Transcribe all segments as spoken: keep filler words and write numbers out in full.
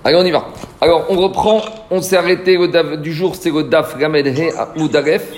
Allez, on y va. Alors, on reprend. On s'est arrêté le daf du jour, c'est le daf Gamed He Moudalef.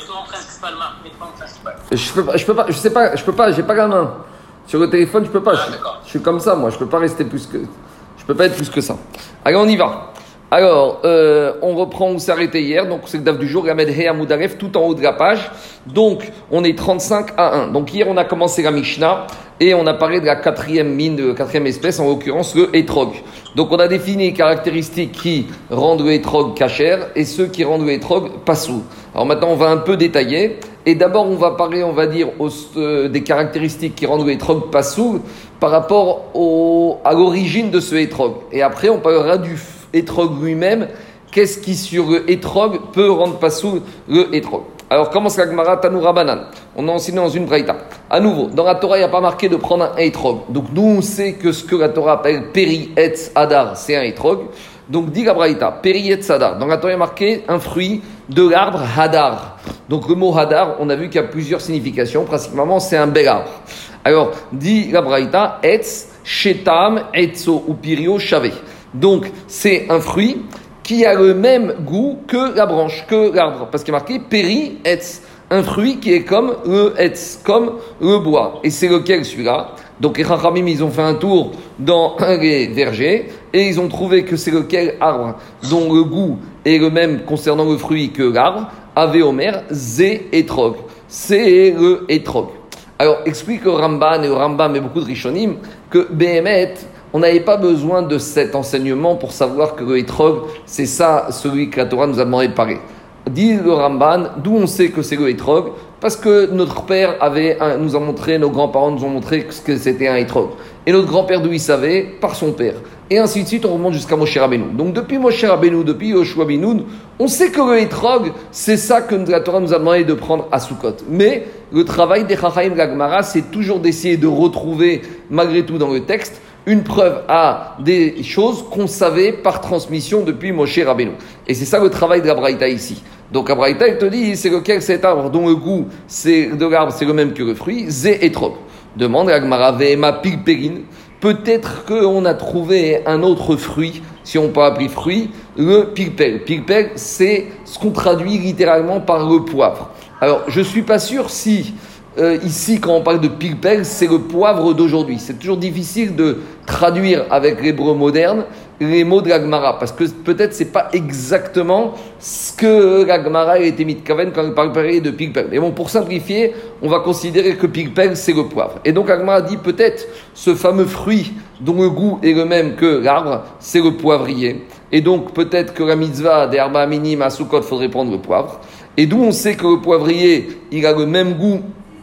Je peux pas, je peux pas, je sais pas, je peux pas, j'ai pas la main. Sur le téléphone, je peux pas. Ah, je, je suis comme ça, moi. Je peux pas rester plus que. Je peux pas être plus que ça. Allez, on y va. Alors, euh, on reprend, on s'est arrêté hier, donc c'est le daf du jour, Gamed He Moudalef, tout en haut de la page. Donc, on est trente-cinq à un. Donc, hier, on a commencé la Mishnah et on a parlé de la quatrième mine, de la quatrième espèce, en l'occurrence le hétrog. Donc, on a défini les caractéristiques qui rendent le hétrog kasher et ceux qui rendent le hétrog passou. Alors, maintenant, on va un peu détailler. Et d'abord, on va parler, on va dire, aux, euh, des caractéristiques qui rendent le hétrog passou par rapport au, à l'origine de ce hétrog. Et après, on parlera du hétrog lui-même. Qu'est-ce qui, sur le hétrog, peut rendre passou le hétrog? Alors, commence la Gemara Tanoura Banan. On a enseigné dans une braïta. À nouveau, dans la Torah, il n'y a pas marqué de prendre un hétrog. Donc, nous, on sait que ce que la Torah appelle Peri Etz Hadar, c'est un hétrog. Donc, dit la braïta, Peri Etz Hadar. Dans la Torah, il y a marqué un fruit de l'arbre Hadar. Donc, le mot Hadar, on a vu qu'il y a plusieurs significations. Principalement, c'est un bel arbre. Alors, dit la braïta, Etz, Shetam, Etzo ou Pirio, Shavé. Donc, c'est un fruit qui a le même goût que la branche, que l'arbre. Parce qu'il est marqué Peri Etz, un fruit qui est comme le Etz, comme le bois. Et c'est lequel celui-là? Donc les Chachamim, ils ont fait un tour dans les vergers et ils ont trouvé que c'est lequel arbre dont le goût est le même concernant le fruit que l'arbre. Ave Omer, Zé Etrog. C'est le Etrog. Alors explique le Ramban et le Rambam et beaucoup de Rishonim que Behemet, on n'avait pas besoin de cet enseignement pour savoir que le hétrog, c'est ça, celui que la Torah nous a demandé de parler. Dit le Ramban, d'où on sait que c'est le hétrog? Parce que notre père avait un, nous a montré, nos grands-parents nous ont montré que c'était un hétrog. Et notre grand-père, d'où il savait? Par son père. Et ainsi de suite, on remonte jusqu'à Moshe Rabbeinu. Donc depuis Moshe Rabbeinu, depuis Yoshua bin Nun, on sait que le hétrog, c'est ça que la Torah nous a demandé de prendre à Sukkot. Mais le travail des Chachamim Gagmara, c'est toujours d'essayer de retrouver, malgré tout dans le texte, une preuve à des choses qu'on savait par transmission depuis Moshe Rabbeinu. Et c'est ça le travail de la Braïta ici. Donc la Braïta, elle te dit, c'est lequel cet arbre dont le goût c'est, de l'arbre c'est le même que le fruit, Zé Etrog. Demande la Gemara Vehema Pilperin. Peut-être qu'on a trouvé un autre fruit, si on peut appeler fruit, le pilpel. Pilpel, c'est ce qu'on traduit littéralement par le poivre. Alors, je ne suis pas sûr si... Euh, ici, quand on parle de pilpel, c'est le poivre d'aujourd'hui. C'est toujours difficile de traduire avec l'hébreu moderne les mots de la Gemara, parce que peut-être c'est pas exactement ce que la Gemara a été mitkaven quand elle parlait de pilpel. Mais bon, pour simplifier, on va considérer que pilpel c'est le poivre. Et donc la Gemara dit peut-être ce fameux fruit dont le goût est le même que l'arbre, c'est le poivrier. Et donc peut-être que la mitzvah des arba minim à Sukkot faudrait prendre le poivre. Et d'où on sait que le poivrier il a le même goût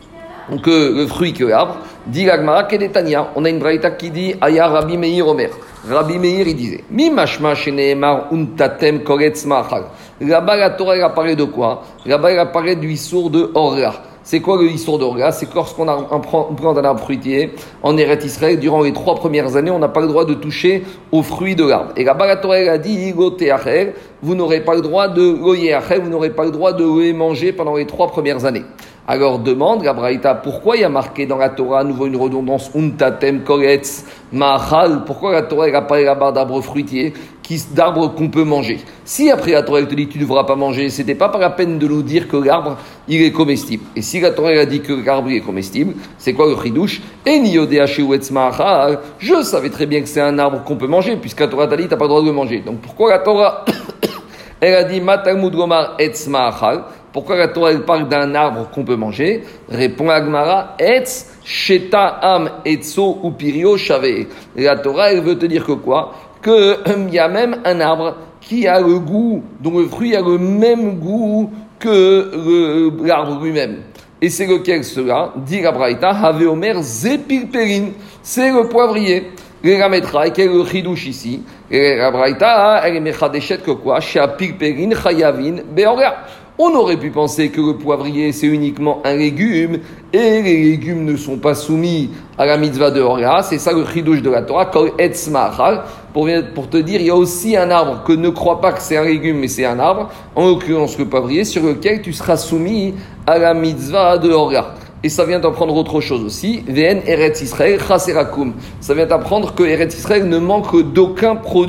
que le fruit que l'arbre, dit la Gemara Kedetania. On a une braïta qui dit Aya Rabbi Meir Omer. Rabbi Meir il disait Mi mashma sheneemar untatem koretz ma'achal. Là-bas la Torah elle a parlé de quoi? Là-bas elle a parlé du issour de Orga. C'est quoi le issour de Orga? C'est que lorsqu'on a un, prend un arbre fruitier en Eretz Israël, durant les trois premières années, on n'a pas le droit de toucher aux fruits de l'arbre. Et là-bas la Torah elle a dit Goteachel, vous n'aurez pas le droit de Goyeachel, vous n'aurez pas le droit de les manger pendant les trois premières années. Alors demande la Braïta, pourquoi il y a marqué dans la Torah à nouveau une redondance untatem koretz ma'achal? Pourquoi la Torah elle a parlé là-bas d'arbres fruitiers, qui, d'arbres qu'on peut manger? Si après la Torah elle te dit tu ne devras pas manger, c'était pas par la peine de nous dire que l'arbre il est comestible. Et si la Torah elle a dit que l'arbre il est comestible, c'est quoi le chidouche? Et niyodéaché uetz ma'achal, je savais très bien que c'est un arbre qu'on peut manger, puisque la Torah t'a dit t'as pas le droit de le manger. Donc pourquoi la Torah elle a dit matalmud gomar etz ma'achal? Pourquoi la Torah elle parle d'un arbre qu'on peut manger? Répond la Gemara, Etz, Sheta, Am, Etzo ou Pirio, Shavé. La Torah elle veut te dire que quoi? Qu'il euh, y a même un arbre qui a le goût, dont le fruit a le même goût que le, l'arbre lui-même. Et c'est lequel cela? Dit la Braïta, Have Omer, Zepilperin. C'est le poivrier. Et la Metra, et quel est le chidouche ici? Et la Braïta, elle est mechadeshet que quoi? Shea Pilperin, Chayavin, Beorea. On aurait pu penser que le poivrier, c'est uniquement un légume, et les légumes ne sont pas soumis à la mitzvah de Horia. C'est ça le chidouche de la Torah, Kol Etz Ma'achal, pour, pour te dire, il y a aussi un arbre que ne crois pas que c'est un légume, mais c'est un arbre, en l'occurrence le poivrier, sur lequel tu seras soumis à la mitzvah de Horia. Et ça vient d'apprendre autre chose aussi. Vn Eretz Israël Chaserakum. Ça vient d'apprendre que Eretz Israël ne manque d'aucun produit.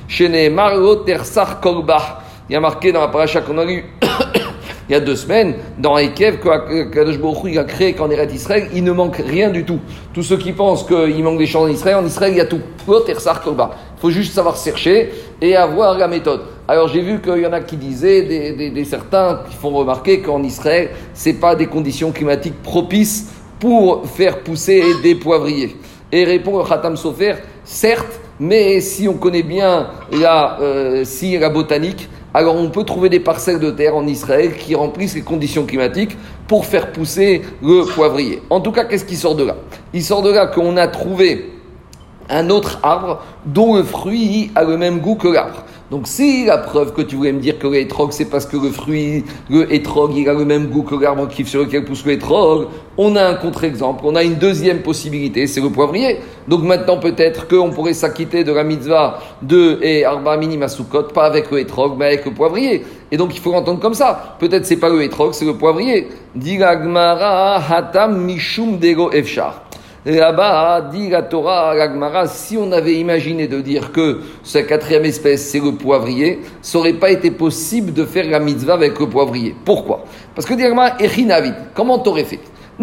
Chez Nehemar, lo tersar kolbah. Il y a marqué dans la paracha qu'on a lu il y a deux semaines, dans Ekev, que Kadosh Baruch Hu, il a créé qu'en Eretz Israël, il ne manque rien du tout. Tous ceux qui pensent qu'il manque des champs en Israël, en Israël, il y a tout. Il faut juste savoir chercher et avoir la méthode. Alors j'ai vu qu'il y en a qui disaient, des, des, des certains qui font remarquer qu'en Israël, ce n'est pas des conditions climatiques propices pour faire pousser des poivriers. Et répond le Khatam Sofer, certes, mais si on connaît bien la, euh, si la botanique, alors on peut trouver des parcelles de terre en Israël qui remplissent les conditions climatiques pour faire pousser le poivrier. En tout cas, qu'est-ce qui sort de là ? Il sort de là qu'on a trouvé un autre arbre dont le fruit a le même goût que l'arbre. Donc si la preuve que tu voulais me dire que le hétrog, c'est parce que le fruit, le hétrog, il a le même goût que l'arbre qui sur lequel pousse le hétrog, on a un contre-exemple, on a une deuxième possibilité, c'est le poivrier. Donc maintenant peut-être qu'on pourrait s'acquitter de la mitzvah de et arba minim à Sukkot, pas avec le hétrog, mais avec le poivrier. Et donc il faut l'entendre comme ça. Peut-être c'est pas le hétrog, c'est le poivrier. Dit la Gemara, hatam mishum dego efshar. Là-bas, dit la Torah, la Gemara, si on avait imaginé de dire que cette quatrième espèce, c'est le poivrier, ça n'aurait pas été possible de faire la mitzvah avec le poivrier. Pourquoi ? Parce que, dit la Gemara, Echinavid, comment t'aurais fait ?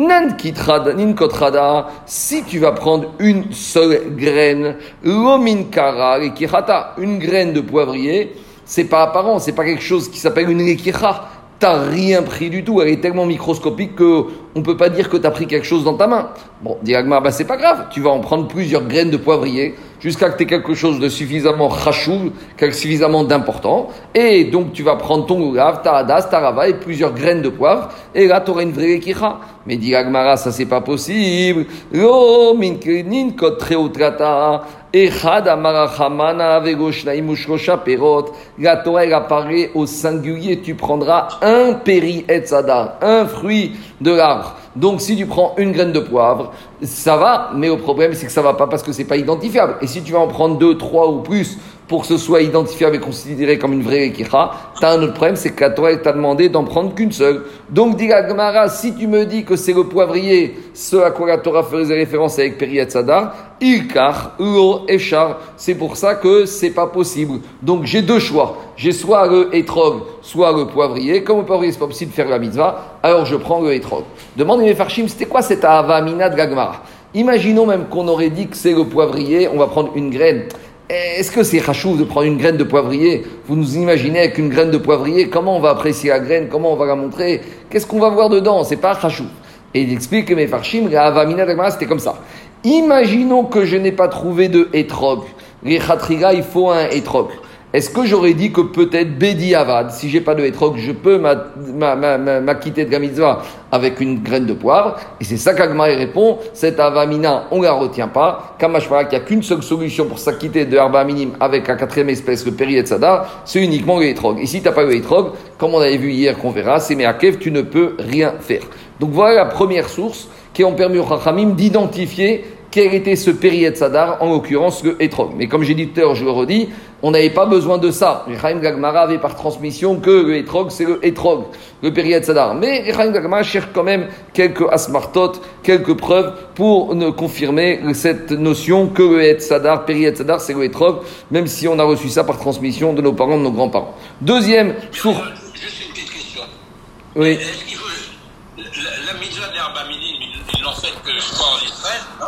Ninkotrada, si tu vas prendre une seule graine, lominkara, lekirata, une graine de poivrier, c'est pas apparent, c'est pas quelque chose qui s'appelle une lekira. T'as rien pris du tout, elle est tellement microscopique qu'on ne peut pas dire que tu as pris quelque chose dans ta main. Bon, dit Agmar, bah c'est pas grave, tu vas en prendre plusieurs graines de poivrier jusqu'à que tu aies quelque chose de suffisamment chachouv, suffisamment d'important, et donc tu vas prendre ton goulav, ta hadas, ta rava et plusieurs graines de poivre, et là tu auras une vraie kicha. Mais dit Agmara, ça c'est pas possible. Lo minkinin kot treutrata. Echad amarachamana vegoshnaim ushkosha perot. La Torah elle apparaît au singulier. Tu prendras un péri etzadar, un fruit de l'arbre. Donc si tu prends une graine de poivre, ça va, mais le problème c'est que ça va pas parce que c'est pas identifiable. Et si tu vas en prendre deux, trois ou plus pour que ce soit identifiable et considéré comme une vraie ekira, tu as un autre problème, c'est que la Torah t'a demandé d'en prendre qu'une seule. Donc, dit la Gemara, si tu me dis que c'est le poivrier, ce à quoi la Torah faisait référence avec Peri Etzadar, Ilkar, Lo, Eshar, c'est pour ça que c'est pas possible. Donc, j'ai deux choix. J'ai soit le hétrog, soit le poivrier. Comme le poivrier, c'est pas possible de faire la mitzvah, alors je prends le hétrog. Demande les Farshim, c'était quoi cette avamina de la Gemara ? Imaginons même qu'on aurait dit que c'est le poivrier, on va prendre une graine. Est-ce que c'est rachou de prendre une graine de poivrier ? Vous nous imaginez avec une graine de poivrier, comment on va apprécier la graine, comment on va la montrer ? Qu'est-ce qu'on va voir dedans ? C'est pas rachou. Et il explique que mes farshim, la avamina d'Agmara, c'était comme ça. Imaginons que je n'ai pas trouvé de hétrog. Les khatriga, il faut un hétrog. Est-ce que j'aurais dit que peut-être Bedi Avad, si j'ai pas de hétrog, je peux m'acquitter de la mitzvah avec une graine de poivre? Et c'est ça qu'Agmara répond, cette avamina, on ne la retient pas. Kamashvara, qu'il n'y a qu'une seule solution pour s'acquitter de herba minime avec la quatrième espèce, le péri et tzada, c'est uniquement le hétrog. Et si tu n'as pas le hétrog, comme on avait vu hier qu'on verra, c'est Meakev, tu ne peux rien faire. Donc voilà la première source qui ont permis aux Chachamim d'identifier quel était ce péri et tzadar, en l'occurrence le hétrog. Mais comme j'ai dit tout à l'heure, je le redis, on n'avait pas besoin de ça. Les Chaim Gagmara avaient par transmission que le hétrog, c'est le hétrog, le péri et tzadar. Mais les Chaim Gagmara cherchent quand même quelques asmartot, quelques preuves pour ne confirmer cette notion que le et tzadar, péri et tzadar, c'est le hétrog, même si on a reçu ça par transmission de nos parents, de nos grands-parents. Deuxième source. Juste une petite question. Oui. Est-ce qu'il faut la, la mitzvah de l'herba minime, ils l'ont fait que je crois en Israël, hein?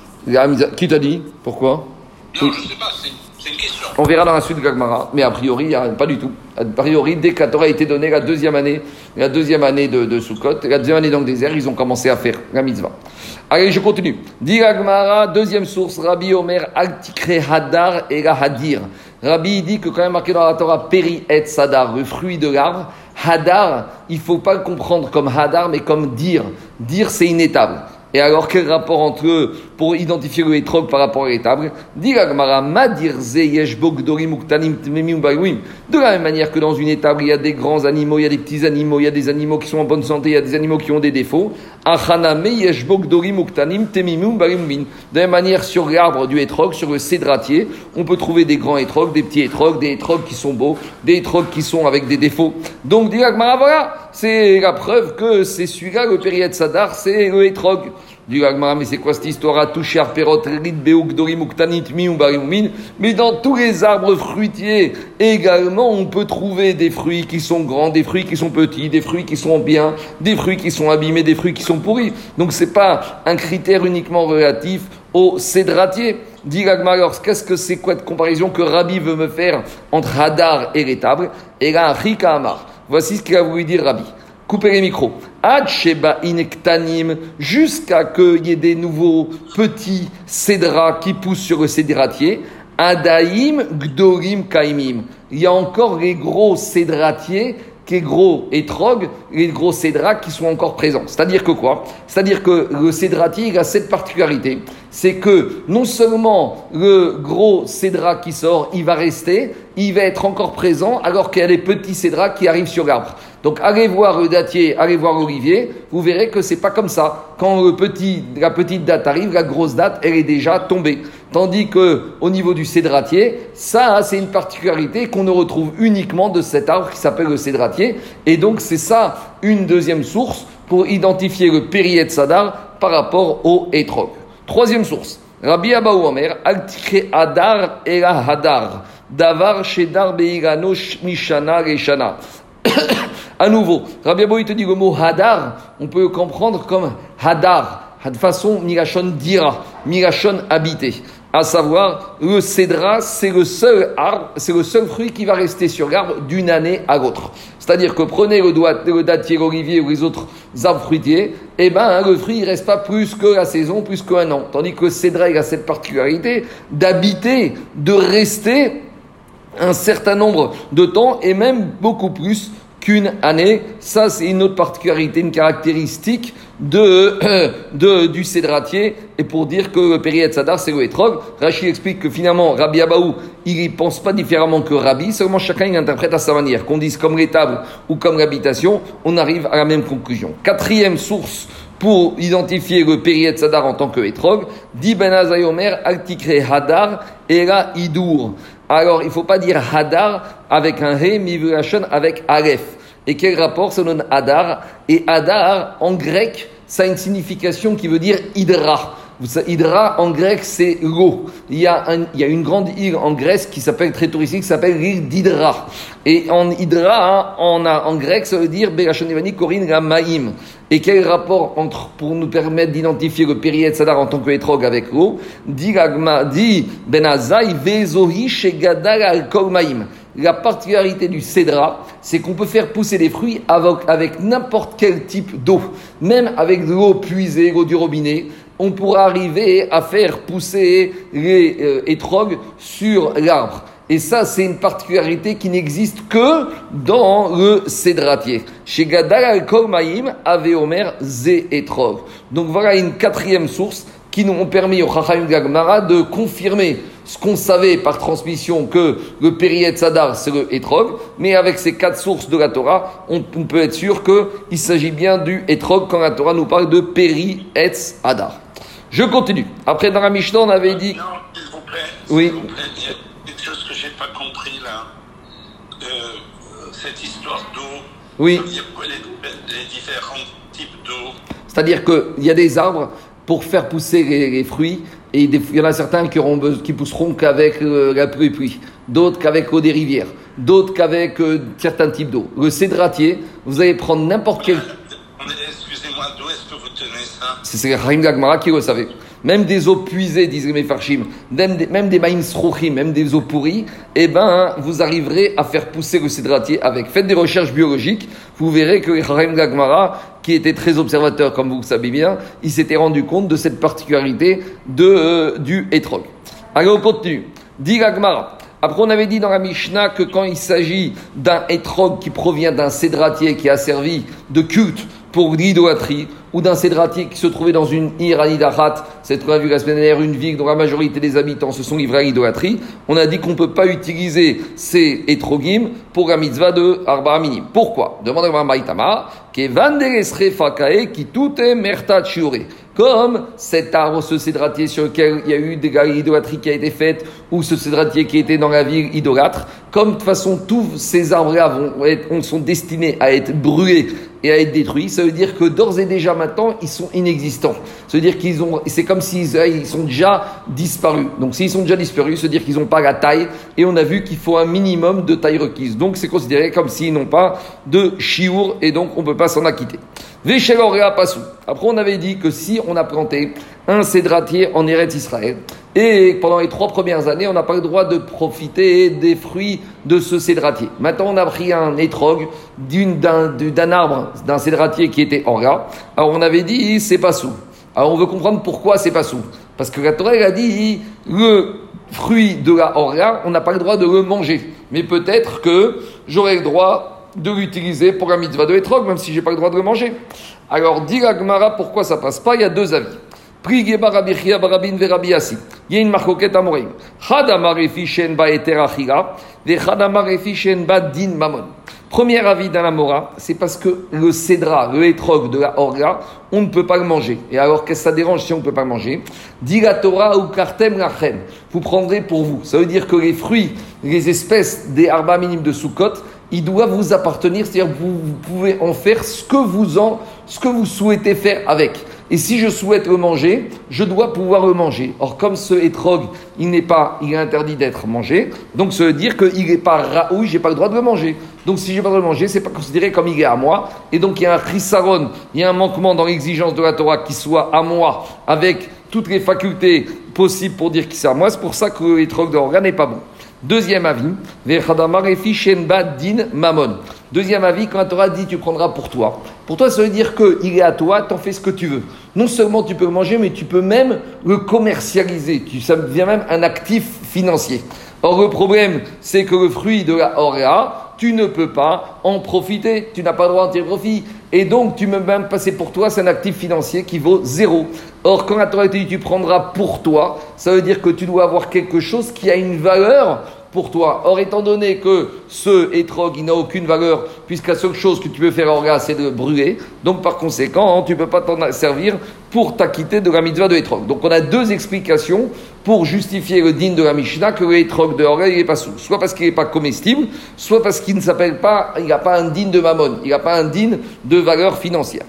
Qui t'a dit ? Pourquoi ? Non, oui. Je ne sais pas, c'est, c'est une question. On verra dans la suite de Gagmara, mais a priori, y a, pas du tout. A priori, dès que la Torah a été donnée, la deuxième année, la deuxième année de, de Sukkot, la deuxième année dans le désert, ils ont commencé à faire la mitzvah. Allez, je continue. Dit Gagmara, deuxième source, Rabbi Omer, Altikre Hadar et la Hadir. Rabbi dit que quand même marqué dans la Torah, Peri et Sadar, le fruit de l'arbre, Hadar, il ne faut pas le comprendre comme Hadar, mais comme dire. Dire, c'est inétable. Et alors, quel rapport entre eux pour identifier le hétrog par rapport à l'étable ? Dit la Gemara, Madir zeyesh bogdorim uktanim tmemim bagouim. De la même manière que dans une étable, il y a des grands animaux, il y a des petits animaux, il y a des animaux qui sont en bonne santé, il y a des animaux qui ont des défauts. Achaname yesh bogdorim uktanim temimim bagouim. De la même manière, sur l'arbre du hétrog, sur le cédratier, on peut trouver des grands hétrogs, des petits hétrogs, des hétrogs qui sont beaux, des hétrogs qui sont avec des défauts. Donc, dit la Gemara, voilà, c'est la preuve que c'est celui-là, le péri et tzadar, c'est le hétrog. Du Gagmara, mais c'est quoi cette histoire? Toucher Arperot, Rid, Beuk, Dorim, Uktanit, Mi, Ubarimoumin. Mais dans tous les arbres fruitiers, également, on peut trouver des fruits qui sont grands, des fruits qui sont petits, des fruits qui sont bien, des fruits qui sont abîmés, des fruits qui sont pourris. Donc, c'est pas un critère uniquement relatif au cédratier. Dit Gagmara, alors, qu'est-ce que c'est quoi de comparaison que Rabbi veut me faire entre Hadar et l'étable? Et là, Rika Amar. Voici ce qu'il a voulu dire Rabbi. Coupez les micros. Ad sheba inektanim, jusqu'à qu'il y ait des nouveaux petits cédras qui poussent sur le cédratier. Adaim gdorim kaimim. Il y a encore les gros cédratiers, les gros étrogues, les gros cédras qui sont encore présents. C'est-à-dire que quoi? C'est-à-dire que le cédratier, il a cette particularité. C'est que non seulement le gros cédra qui sort, il va rester, il va être encore présent, alors qu'il y a les petits cédras qui arrivent sur l'arbre. Donc allez voir le dattier, allez voir l'olivier, vous verrez que c'est pas comme ça. Quand le petit, la petite date arrive, la grosse date, elle est déjà tombée. Tandis que au niveau du cédratier, ça, c'est une particularité qu'on ne retrouve uniquement de cet arbre qui s'appelle le cédratier. Et donc c'est ça une deuxième source pour identifier le périet sadar par rapport au hétrog. Troisième source. Rabbi Abaou Omer, Altikre Hadar Ela Hadar, Davar Shedar Beirano Mishana Reshana. À nouveau, Rabbi Abaou il te dit le mot Hadar, on peut le comprendre comme Hadar, de façon Mirachon Dira, Mirachon habité. À savoir, le cédra, c'est le seul arbre, c'est le seul fruit qui va rester sur l'arbre d'une année à l'autre. C'est-à-dire que prenez le, doigt, le dattier, l'olivier ou les autres arbres fruitiers, eh ben, hein, le fruit, il reste pas plus que la saison, plus qu'un an. Tandis que le cédra, il a cette particularité d'habiter, de rester un certain nombre de temps et même beaucoup plus qu'une année. Ça, c'est une autre particularité, une caractéristique de, euh, de, du cédratier. Et pour dire que le périet sadar, c'est le hétrog, Rachid explique que finalement, Rabbi Abaou, il ne pense pas différemment que Rabbi, seulement chacun il interprète à sa manière. Qu'on dise comme l'étable ou comme l'habitation, on arrive à la même conclusion. Quatrième source pour identifier le périet sadar en tant que hétrog, dit Ben Azai Omer, Altikre Hadar, Era Idour. Alors, il ne faut pas dire Hadar avec un He, Mivulachon avec Aleph. Et quel rapport ça donne Hadar? Et Hadar, en grec, ça a une signification qui veut dire Hydra. Hydra, en grec, c'est l'eau. Il y a, un, il y a une grande île en Grèce qui s'appelle, très touristique, qui s'appelle l'île d'Hydra. Et en Hydra, en, en grec, ça veut dire Belachon Evani Korin Ramaim. Et quel rapport entre, pour nous permettre d'identifier le périet sadar en tant que hétrog avec l'eau? Dit Ben Azai, Vezohi Shegadal al Kolmaim. La particularité du cédra, c'est qu'on peut faire pousser des fruits avec, avec n'importe quel type d'eau. Même avec de l'eau puisée, l'eau du robinet, on pourra arriver à faire pousser les euh, hétrogues sur l'arbre. Et ça, c'est une particularité qui n'existe que dans le cédratier. Chez Gadal al-Kol Maïm, Ave Omer, Zé hétrog. Donc voilà une quatrième source qui nous ont permis au Chachamim Gagmara de confirmer ce qu'on savait par transmission que le périet sadar c'est le hétrog, mais avec ces quatre sources de la Torah, on, on peut être sûr qu'il s'agit bien du hétrog quand la Torah nous parle de péri etz hadar. Je continue. Après dans la Mishnah on avait dit. Non, s'il vous plaît. Oui. S'il vous plaît, il y a quelque chose que j'ai pas compris là. Euh, cette histoire d'eau. Oui. Il y a quoi les, les différents types d'eau? C'est-à-dire qu'il y a des arbres pour faire pousser les, les fruits, et des, il y en a certains qui, auront, qui pousseront qu'avec euh, la pluie, pluie, d'autres qu'avec l'eau des rivières, d'autres qu'avec euh, certains types d'eau. Le cédratier, vous allez prendre n'importe quel... Excusez-moi, d'où est-ce que vous tenez ça? C'est, c'est Chaim Gagmara qui le savait. Même des eaux puisées, disent les Mefarshim, même des, même des maïm srochim, même des eaux pourries, eh ben, hein, vous arriverez à faire pousser le cédratier avec. Faites des recherches biologiques, vous verrez que Chaim Gagmara, qui était très observateur, comme vous le savez bien, il s'était rendu compte de cette particularité de, euh, du hétrog. Allez, on continue. Dit Gagmara. Après, on avait dit dans la Mishnah que quand il s'agit d'un hétrog qui provient d'un cédratier qui a servi de culte pour l'idolâtrie, ou d'un cédratier qui se trouvait dans une Iranidachat, cette qu'on a vu la semaine dernière, une ville dont la majorité des habitants se sont livrés à l'idolâtrie, on a dit qu'on ne peut pas utiliser ces hétrogim pour la mitzvah de Arba Minim. Pourquoi? Demande à Maïtama, Comme cet arbre, ce cédratier sur lequel il y a eu des idolâtries qui a été faite, ou ce cédratier qui était dans la ville idolâtre, comme de toute façon tous ces arbres-là vont être, sont destinés à être brûlés et à être détruits, ça veut dire que d'ores et déjà maintenant, ils sont inexistants. Ça veut dire qu'ils ont, c'est comme s'ils ils sont déjà disparus. Donc s'ils sont déjà disparus, ça veut dire qu'ils n'ont pas la taille, et on a vu qu'il faut un minimum de taille requise. Donc c'est considéré comme s'ils n'ont pas de chiour, et donc on ne peut pas s'en acquitter. Véchel Oréa Passou. Après, on avait dit que si on a planté un cédratier en Eretz Israël, et pendant les trois premières années, on n'a pas le droit de profiter des fruits de ce cédratier. Maintenant, on a pris un étrog d'une, d'un, d'un arbre, d'un cédratier qui était Oréa. Alors, on avait dit, c'est Passou. Alors, on veut comprendre pourquoi c'est Passou. Parce que la Torah, elle a dit, le fruit de la Oréa, on n'a pas le droit de le manger. Mais peut-être que j'aurai le droit de l'utiliser pour la mitzvah de l'étrog, même si je n'ai pas le droit de le manger. Alors, dit la Gemara, pourquoi ça ne passe pas? Il y a deux avis. Il y a une marcoquette à Morim. Premier avis dans la Mora, c'est parce que le cédra, le étrog de la Orga, on ne peut pas le manger. Et alors, qu'est-ce que ça dérange si on ne peut pas le manger? Dit la Torah ou kartem lachem. Vous prendrez pour vous. Ça veut dire que les fruits, les espèces des arba minimes de Sukkot, ils doivent vous appartenir, c'est-à-dire que vous, vous pouvez en faire ce que vous en, ce que vous souhaitez faire avec. Et si je souhaite le manger, je dois pouvoir le manger. Or, comme ce étrog, il n'est pas, il est interdit d'être mangé, donc ça veut dire qu'il n'est pas raoui, j'ai pas le droit de le manger. Donc, si j'ai pas le droit de le manger, c'est pas considéré comme il est à moi. Et donc, il y a un chisaron, il y a un manquement dans l'exigence de la Torah qui soit à moi, avec toutes les facultés possibles pour dire qu'il c'est à moi. C'est pour ça que l'étrog de l'organe n'est pas bon. Deuxième avis, din mamon. Deuxième avis, quand la Torah dit tu prendras pour toi. Pour toi, ça veut dire qu'il est à toi, t'en fais ce que tu veux. Non seulement tu peux le manger, mais tu peux même le commercialiser. Tu, ça devient même un actif financier. Or, le problème, c'est que le fruit de la Oréa, tu ne peux pas en profiter. Tu n'as pas le droit d'en tirer profit. Et donc, tu peux même passer pour toi, c'est un actif financier qui vaut zéro. Or, quand la Torah te dit tu prendras pour toi, ça veut dire que tu dois avoir quelque chose qui a une valeur pour toi. Or, étant donné que ce étrog, il n'a aucune valeur, puisque la seule chose que tu peux faire en regard, c'est de brûler, donc par conséquent, tu ne peux pas t'en servir pour t'acquitter de la mitzvah de étrog. Donc, on a deux explications pour justifier le din de la Mishnah que l'étrog de Horel, il n'est pas sous. Soit parce qu'il n'est pas comestible, soit parce qu'il ne s'appelle pas, il n'a pas un din de mammon, il n'a pas un din de valeur financière.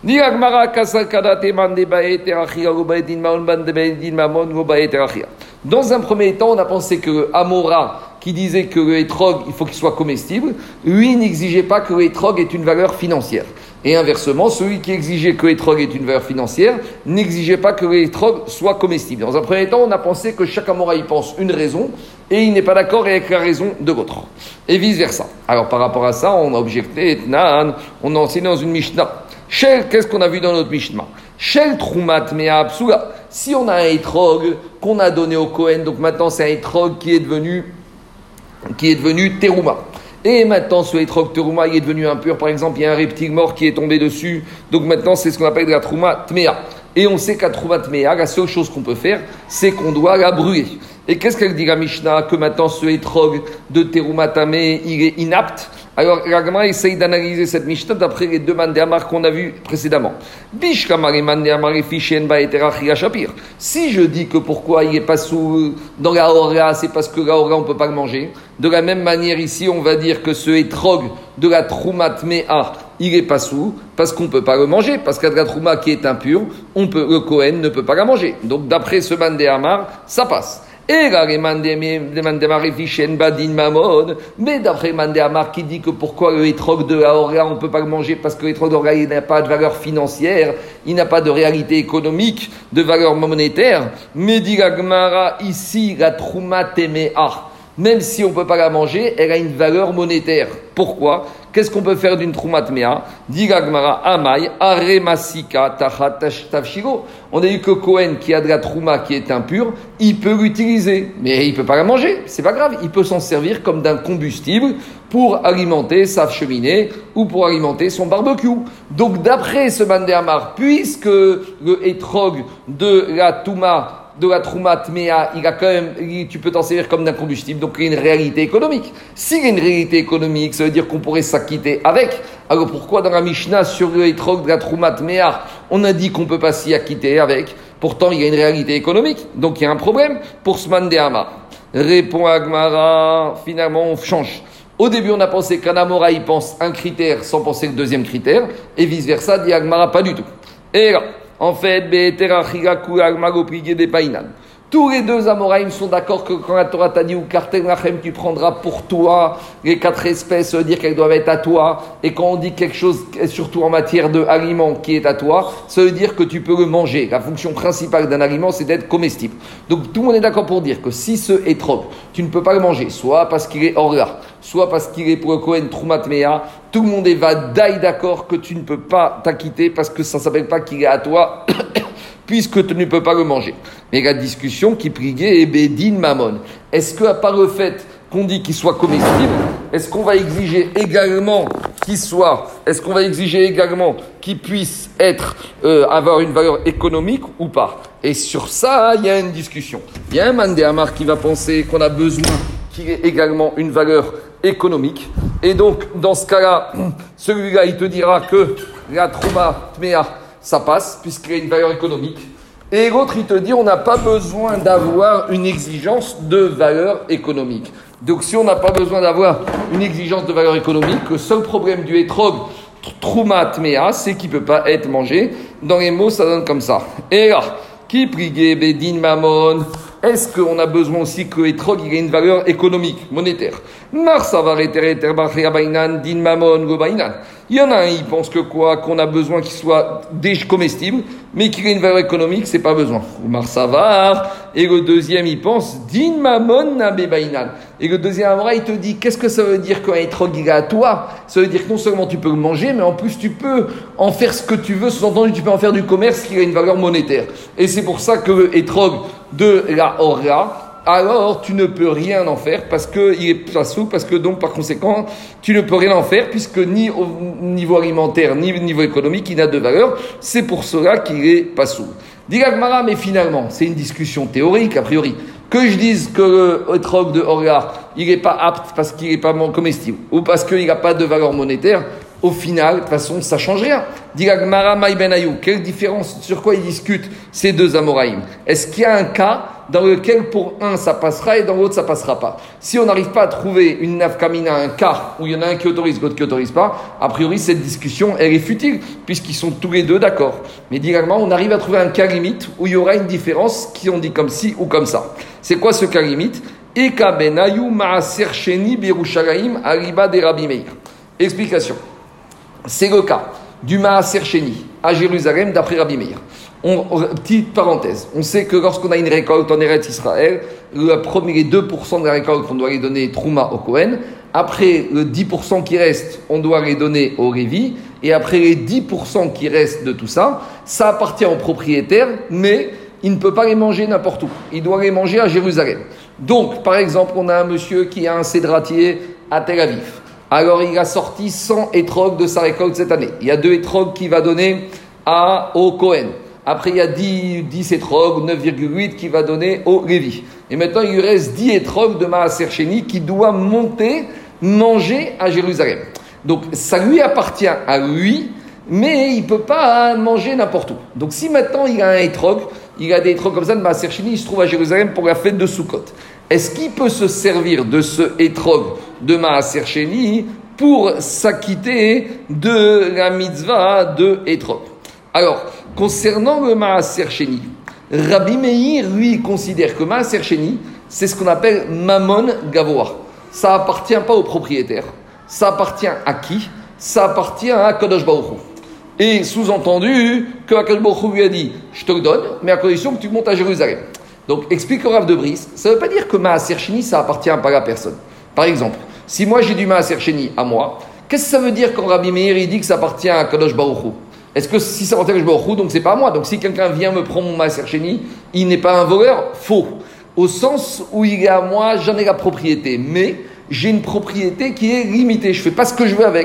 Dans un premier temps, on a pensé que Amora, qui disait que le étrog, il faut qu'il soit comestible, lui n'exigeait pas que l'étrog ait une valeur financière. Et inversement, celui qui exigeait que l'étrog ait une valeur financière n'exigeait pas que l'étrog soit comestible. Dans un premier temps, on a pensé que chaque Amora y pense une raison et il n'est pas d'accord avec la raison de l'autre. Et vice-versa. Alors par rapport à ça, on a objecté, on a enseigné dans une Mishnah. Shel, qu'est-ce qu'on a vu dans notre Mishnah? Shel Trumat Mea Psula. Si on a un étrog qu'on a donné au Kohen, donc maintenant c'est un étrog qui est devenu, qui est devenu Teruma. Et maintenant ce étrog Teruma, il est devenu impur. Par exemple, il y a un reptile mort qui est tombé dessus. Donc maintenant c'est ce qu'on appelle de la Truma Tmea. Et on sait qu'à Truma Tmea, la seule chose qu'on peut faire, c'est qu'on doit la brûler. Et qu'est-ce qu'elle dit la Mishnah? Que maintenant ce étrog de Teruma Tameh, il est inapte. Alors, la Gemara essaye d'analyser cette Mishnah d'après les deux mandéamar qu'on a vus précédemment. Si je dis que pourquoi il n'est pas sous dans la Hora, c'est parce que la Hora on ne peut pas le manger. De la même manière ici, on va dire que ce étrog de la Troumat Mea, il n'est pas sous parce qu'on ne peut pas le manger. Parce que la Trouma qui est impure, on peut, le Kohen ne peut pas la manger. Donc, d'après ce mandéamar, ça passe. Et là, les mandéamar efficient badin mamon, mais d'après mandéamar qui dit que pourquoi le étrog de la Hora, on ne peut pas le manger parce que l'étrog de la Hora, il n'a pas de valeur financière, il n'a pas de réalité économique, de valeur monétaire, mais dit la Gemara, ici, la Trouma Temea, même si on ne peut pas la manger, elle a une valeur monétaire. Pourquoi? Qu'est-ce qu'on peut faire d'une Trouma Tmea? Dit la Gemara, Amai, Aremasika, Tachat Tavshiro. On a dit que Kohen, qui a de la Trouma qui est impure, il peut l'utiliser, mais il ne peut pas la manger. C'est pas grave, il peut s'en servir comme d'un combustible pour alimenter sa cheminée ou pour alimenter son barbecue. Donc d'après ce mandéamar, puisque le étrog de la Touma, de la Trouma Tmea, il a quand même, il, tu peux t'en servir comme d'un combustible, donc il y a une réalité économique. S'il y a une réalité économique, ça veut dire qu'on pourrait s'acquitter avec. Alors pourquoi dans la Mishnah, sur le Etrog de la Troumat Me'ar, on a dit qu'on ne peut pas s'y acquitter avec? Pourtant, il y a une réalité économique, donc il y a un problème pour ce Mandéama. Répond Agmara, finalement on change. Au début, on a pensé qu'un Amora, il pense un critère sans penser le deuxième critère, et vice-versa, dit Agmara, pas du tout. Et là, en fait, Be'eterachigaku Agmago Prigé de Painan. Tous les deux Amoraïm sont d'accord que quand la Torah t'a dit ou Karten Lachem, tu prendras pour toi les quatre espèces, ça veut dire qu'elles doivent être à toi. Et quand on dit quelque chose, surtout en matière d'aliment qui est à toi, ça veut dire que tu peux le manger. La fonction principale d'un aliment, c'est d'être comestible. Donc tout le monde est d'accord pour dire que si ce étrog, tu ne peux pas le manger, soit parce qu'il est hors là, soit parce qu'il est pour le Kohen Troumat Mea, tout le monde est va d'aille d'accord que tu ne peux pas t'acquitter parce que ça ne s'appelle pas qu'il est à toi. Puisque tu ne peux pas le manger. Mais la discussion qui priguait est Bédine Mammon. Est-ce qu'à part le fait qu'on dit qu'il soit comestible, est-ce qu'on va exiger également qu'il soit, est-ce qu'on va exiger également qu'il puisse être, euh, avoir une valeur économique ou pas? Et sur ça, il y a une discussion. Il y a un Mandéamar qui va penser qu'on a besoin qu'il ait également une valeur économique. Et donc, dans ce cas-là, celui-là, il te dira que la Trouma Tmea, ça passe, puisqu'il y a une valeur économique. Et l'autre, il te dit, on n'a pas besoin d'avoir une exigence de valeur économique. Donc, si on n'a pas besoin d'avoir une exigence de valeur économique, le seul problème du hétrog, Trouma Tmea, c'est qu'il ne peut pas être mangé. Dans les mots, ça donne comme ça. Et là, qui prigué Bedin Mamon, est-ce qu'on a besoin aussi que l'étrog ait une valeur économique, monétaire? Marsavar eter eter bachia bainan din mamon go bainan. Il y en a un, il pense que quoi? Qu'on a besoin qu'il soit déjà comestible, mais qu'il ait une valeur économique, c'est pas besoin. Ou Marsavar. Et le deuxième, il pense din mamon nabe bainan. Et le deuxième Amora, il te dit, qu'est-ce que ça veut dire qu'un étrog il est à toi? Ça veut dire que non seulement tu peux le manger, mais en plus tu peux en faire ce que tu veux. Sous-entendu, tu peux en faire du commerce qui a une valeur monétaire. Et c'est pour ça que le étrog de la Hora, alors tu ne peux rien en faire parce qu'il est plasou, parce que donc par conséquent, tu ne peux rien en faire puisque ni au niveau alimentaire, ni au niveau économique, il n'a de valeur. C'est pour cela qu'il est plasou. Dit Gmara, mais finalement, c'est une discussion théorique a priori. Que je dise que le étrog de Hora, il n'est pas apte parce qu'il n'est pas comestible ou parce qu'il n'a pas de valeur monétaire, au final, de toute façon, ça ne change rien. Dit Gmara, Maï Ben Ayou, quelle différence, sur quoi ils discutent ces deux Amoraïm? Est-ce qu'il y a un cas dans lequel pour un ça passera et dans l'autre ça passera pas? Si on n'arrive pas à trouver une nafkamina, un cas où il y en a un qui autorise, l'autre qui autorise pas, a priori cette discussion elle est futile puisqu'ils sont tous les deux d'accord. Mais directement on arrive à trouver un cas limite où il y aura une différence qui on dit comme ci ou comme ça. C'est quoi ce cas limite? Eka ben ayou ma'aser sheni birushalayim ariba de Rabbi Meir. Explication. C'est le cas du Maaser Sheni à Jérusalem d'après Rabbi Meir. On, on, petite parenthèse, on sait que lorsqu'on a une récolte en Eretz Israël, le premier, les deux pour cent de la récolte, on doit les donner Trouma au Kohen. Après, le dix pour cent qui reste, on doit les donner au Révi. Et après les dix pour cent qui restent de tout ça, ça appartient au propriétaire, mais il ne peut pas les manger n'importe où. Il doit les manger à Jérusalem. Donc, par exemple, on a un monsieur qui a un cédratier à Tel Aviv. Alors, il a sorti cent étrogues de sa récolte cette année. Il y a deux étrogues qu'il va donner à, au Kohen. Après, il y a dix, dix étrogues, neuf virgule huit qu'il va donner au Lévi. Et maintenant, il lui reste dix étrogues de Maaser Sheni qui doit monter, manger à Jérusalem. Donc, ça lui appartient à lui, mais il ne peut pas manger n'importe où. Donc, si maintenant il a un étrogue, il a des étrogues comme ça de Maaser Sheni, il se trouve à Jérusalem pour la fête de Sukkot. Est-ce qu'il peut se servir de ce étrogue de Maaser Sheni pour s'acquitter de la mitzvah de étrogue? Alors, concernant le Maaser Sheni, Rabbi Meir, lui, considère que Maaser Sheni, c'est ce qu'on appelle Mammon Gavoa. Ça appartient pas au propriétaire. Ça appartient à qui? Ça appartient à Kadosh Baruch Hu. Et sous-entendu que Kadosh Baruch Hu lui a dit, je te le donne, mais à condition que tu montes à Jérusalem. Donc, explique au Rav de Brice, ça ne veut pas dire que Maaser Sheni, ça appartient pas à la personne. Par exemple, si moi j'ai du Maaser Sheni à moi, qu'est-ce que ça veut dire quand Rabbi Meir il dit que ça appartient à Kadosh Baruch Hu? Est-ce que si ça appartient à Kadosh Baruch Hu, donc c'est pas à moi? Donc si quelqu'un vient me prendre mon Maaser Sheni, il n'est pas un voleur? Faux. Au sens où il est à moi, j'en ai la propriété. Mais j'ai une propriété qui est limitée. Je ne fais pas ce que je veux avec.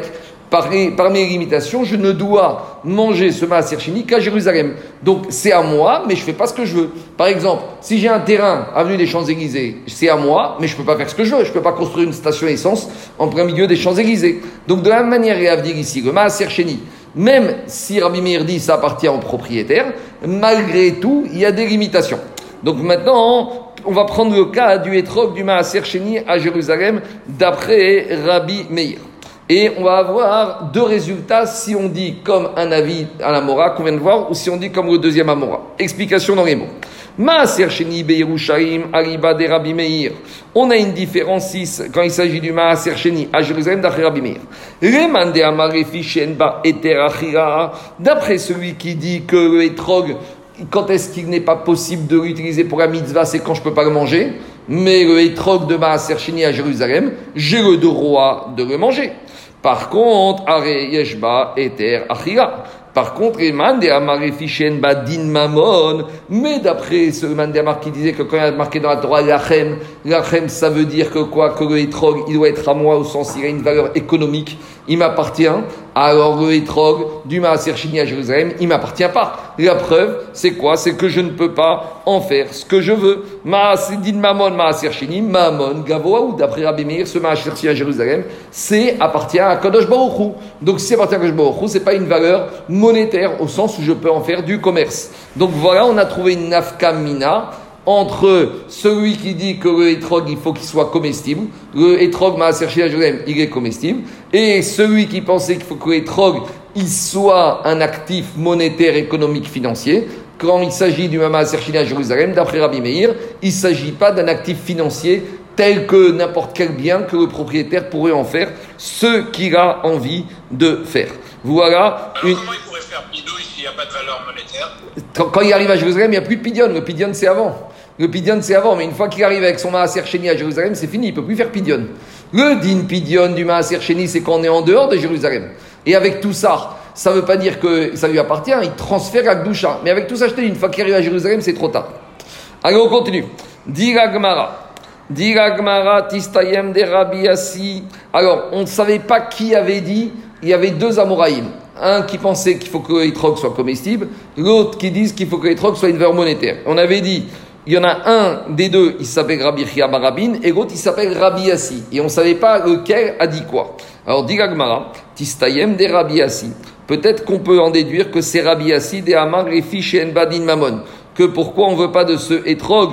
par, par mes limitations, je ne dois manger ce Maaser Sheni qu'à Jérusalem. Donc c'est à moi, mais je ne fais pas ce que je veux. Par exemple, si j'ai un terrain avenue des Champs-Élysées, c'est à moi, mais je ne peux pas faire ce que je veux. Je ne peux pas construire une station essence en plein milieu des Champs-Élysées. Donc de la même manière, il va dire ici, le Maaser Sheni, même si Rabbi Meir dit ça appartient au propriétaire, malgré tout, il y a des limitations. Donc maintenant, on va prendre le cas du Etrog du Maaser Sheni à Jérusalem, d'après Rabbi Meir. Et on va avoir deux résultats si on dit comme un avis à la Mora qu'on vient de voir, ou si on dit comme le deuxième Amora. Explication dans les mots. Maaser Sheni beYerushalayim aliba de Rabbi Meir. On a une différence quand il s'agit du Maaser Sheni à Jérusalem d'après Rabbi Meir. Leman de Amar Refi She'en ba Eter Achila. D'après celui qui dit que le Etrog, quand est-ce qu'il n'est pas possible de l'utiliser pour la mitzvah, c'est quand je ne peux pas le manger. Mais le Etrog de Maaser Sheni à Jérusalem, j'ai le droit de le manger. Par contre, Are Yeshba Eter Achila. Par contre, Eman de Amar Efishen Badin Mamon, mais d'après ce Eman de Amar qui disait que quand il y a marqué dans la Torah Lachem, Lachem ça veut dire que quoi? Que le Etrog, il doit être à moi au sens il a une valeur économique, il m'appartient. Alors le Etrog du Maaser Sheni à Jérusalem, il m'appartient pas. La preuve, c'est quoi? C'est que je ne peux pas en faire ce que je veux. Maaser Din Mamon, Maaser Sheni, Mamon, Gavoa, ou d'après Rabbi Meir, ce Maaser Sheni à Jérusalem, c'est appartient à Kadosh Baruch Hu. Donc si c'est appartient à Kadosh Baruch Hu, c'est pas une valeur monétaire au sens où je peux en faire du commerce. Donc voilà, on a trouvé une nafka mina entre celui qui dit que le etrog il faut qu'il soit comestible, le etrog Maaser Sheni à Jérusalem il est comestible, et celui qui pensait qu'il faut que l'etrog il soit un actif monétaire, économique, financier. Quand il s'agit du Maaser Sheni à Jérusalem, d'après Rabbi Meir, il ne s'agit pas d'un actif financier tel que n'importe quel bien que le propriétaire pourrait en faire ce qu'il a envie de faire. Voilà. Alors, une... comment il pourrait faire bidouille s'il n'y a pas de valeur monétaire? quand, quand il arrive à Jérusalem, il n'y a plus de pidion. Le pidion, c'est avant. Le pidion, c'est avant. Mais une fois qu'il arrive avec son Maaser Sheni à Jérusalem, c'est fini. Il ne peut plus faire pidion. Le din pidion du Maaser Sheni, c'est quand on est en dehors de Jérusalem. Et avec tout ça, ça ne veut pas dire que ça lui appartient. Il transfère à Gdusha. Mais avec tout ça, je te dis, une fois qu'il arrive à Jérusalem, c'est trop tard. Allez, on continue. Dira Gemara. Dira Gemara tistayem de Rabbi Yassi. Alors, on ne savait pas qui avait dit. Il y avait deux Amoraïm. Un qui pensait qu'il faut que l'etrog soit comestible, l'autre qui dit qu'il faut que l'etrog soit une valeur monétaire. On avait dit, il y en a un des deux, il s'appelle Rabbi Chia Barabin, et l'autre, il s'appelle Rabbi Yassi. Et on ne savait pas lequel a dit quoi. Alors, dit Gagmara, Tistayem de Rabbi Yassi. Peut-être qu'on peut en déduire que c'est Rabbi Yassi de Amar Refi She'en Badin Mamon. Que pourquoi on ne veut pas de ce etrog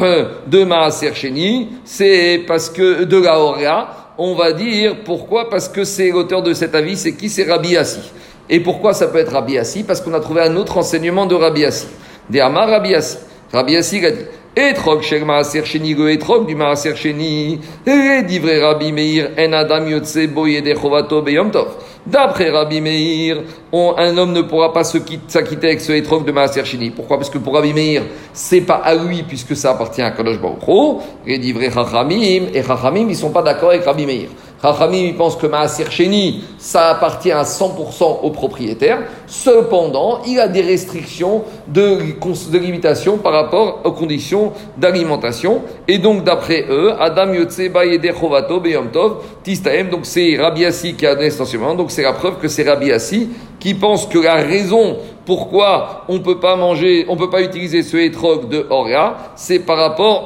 de Maaser Sheni, c'est parce que de la Horea, on va dire pourquoi, parce que c'est l'auteur de cet avis, c'est qui? C'est Rabbi Yassi. Et pourquoi ça peut être Rabbi Yassi? Parce qu'on a trouvé un autre enseignement de Rabbi Yassi. De Amar Rabbi Yassi. Rabbi Yassi il a dit Etrog shel Maaser Sheni, le etrog du Maaser Sheni, et divrei Rabbi Meir, en adam yotze bo yedei chovato beyom tov. D'après Rabbi Meir, on, un homme ne pourra pas se quitter, s'acquitter avec ce etrog de Maaser Sheni. Pourquoi? Parce que pour Rabbi Meir, c'est pas à lui, puisque ça appartient à Kadosh Baruch Hu. Et divrei Chachamim, et Chachamim, ils sont pas d'accord avec Rabbi Meir. Chachamim, ils pensent que Maaser Sheni, ça appartient à cent pour cent au propriétaire. Cependant, il a des restrictions de, de limitation par rapport aux conditions d'alimentation. Et donc, d'après eux, Adam Yotze Ba Yedei Chovato Beyom Tov Tistaem. Donc, c'est Rabbi Yassi qui a donné cet enseignement. Donc, c'est la preuve que c'est Rabbi Yassi qui pense que la raison pourquoi on peut pas manger, on peut pas utiliser ce etrog de Horea, c'est par rapport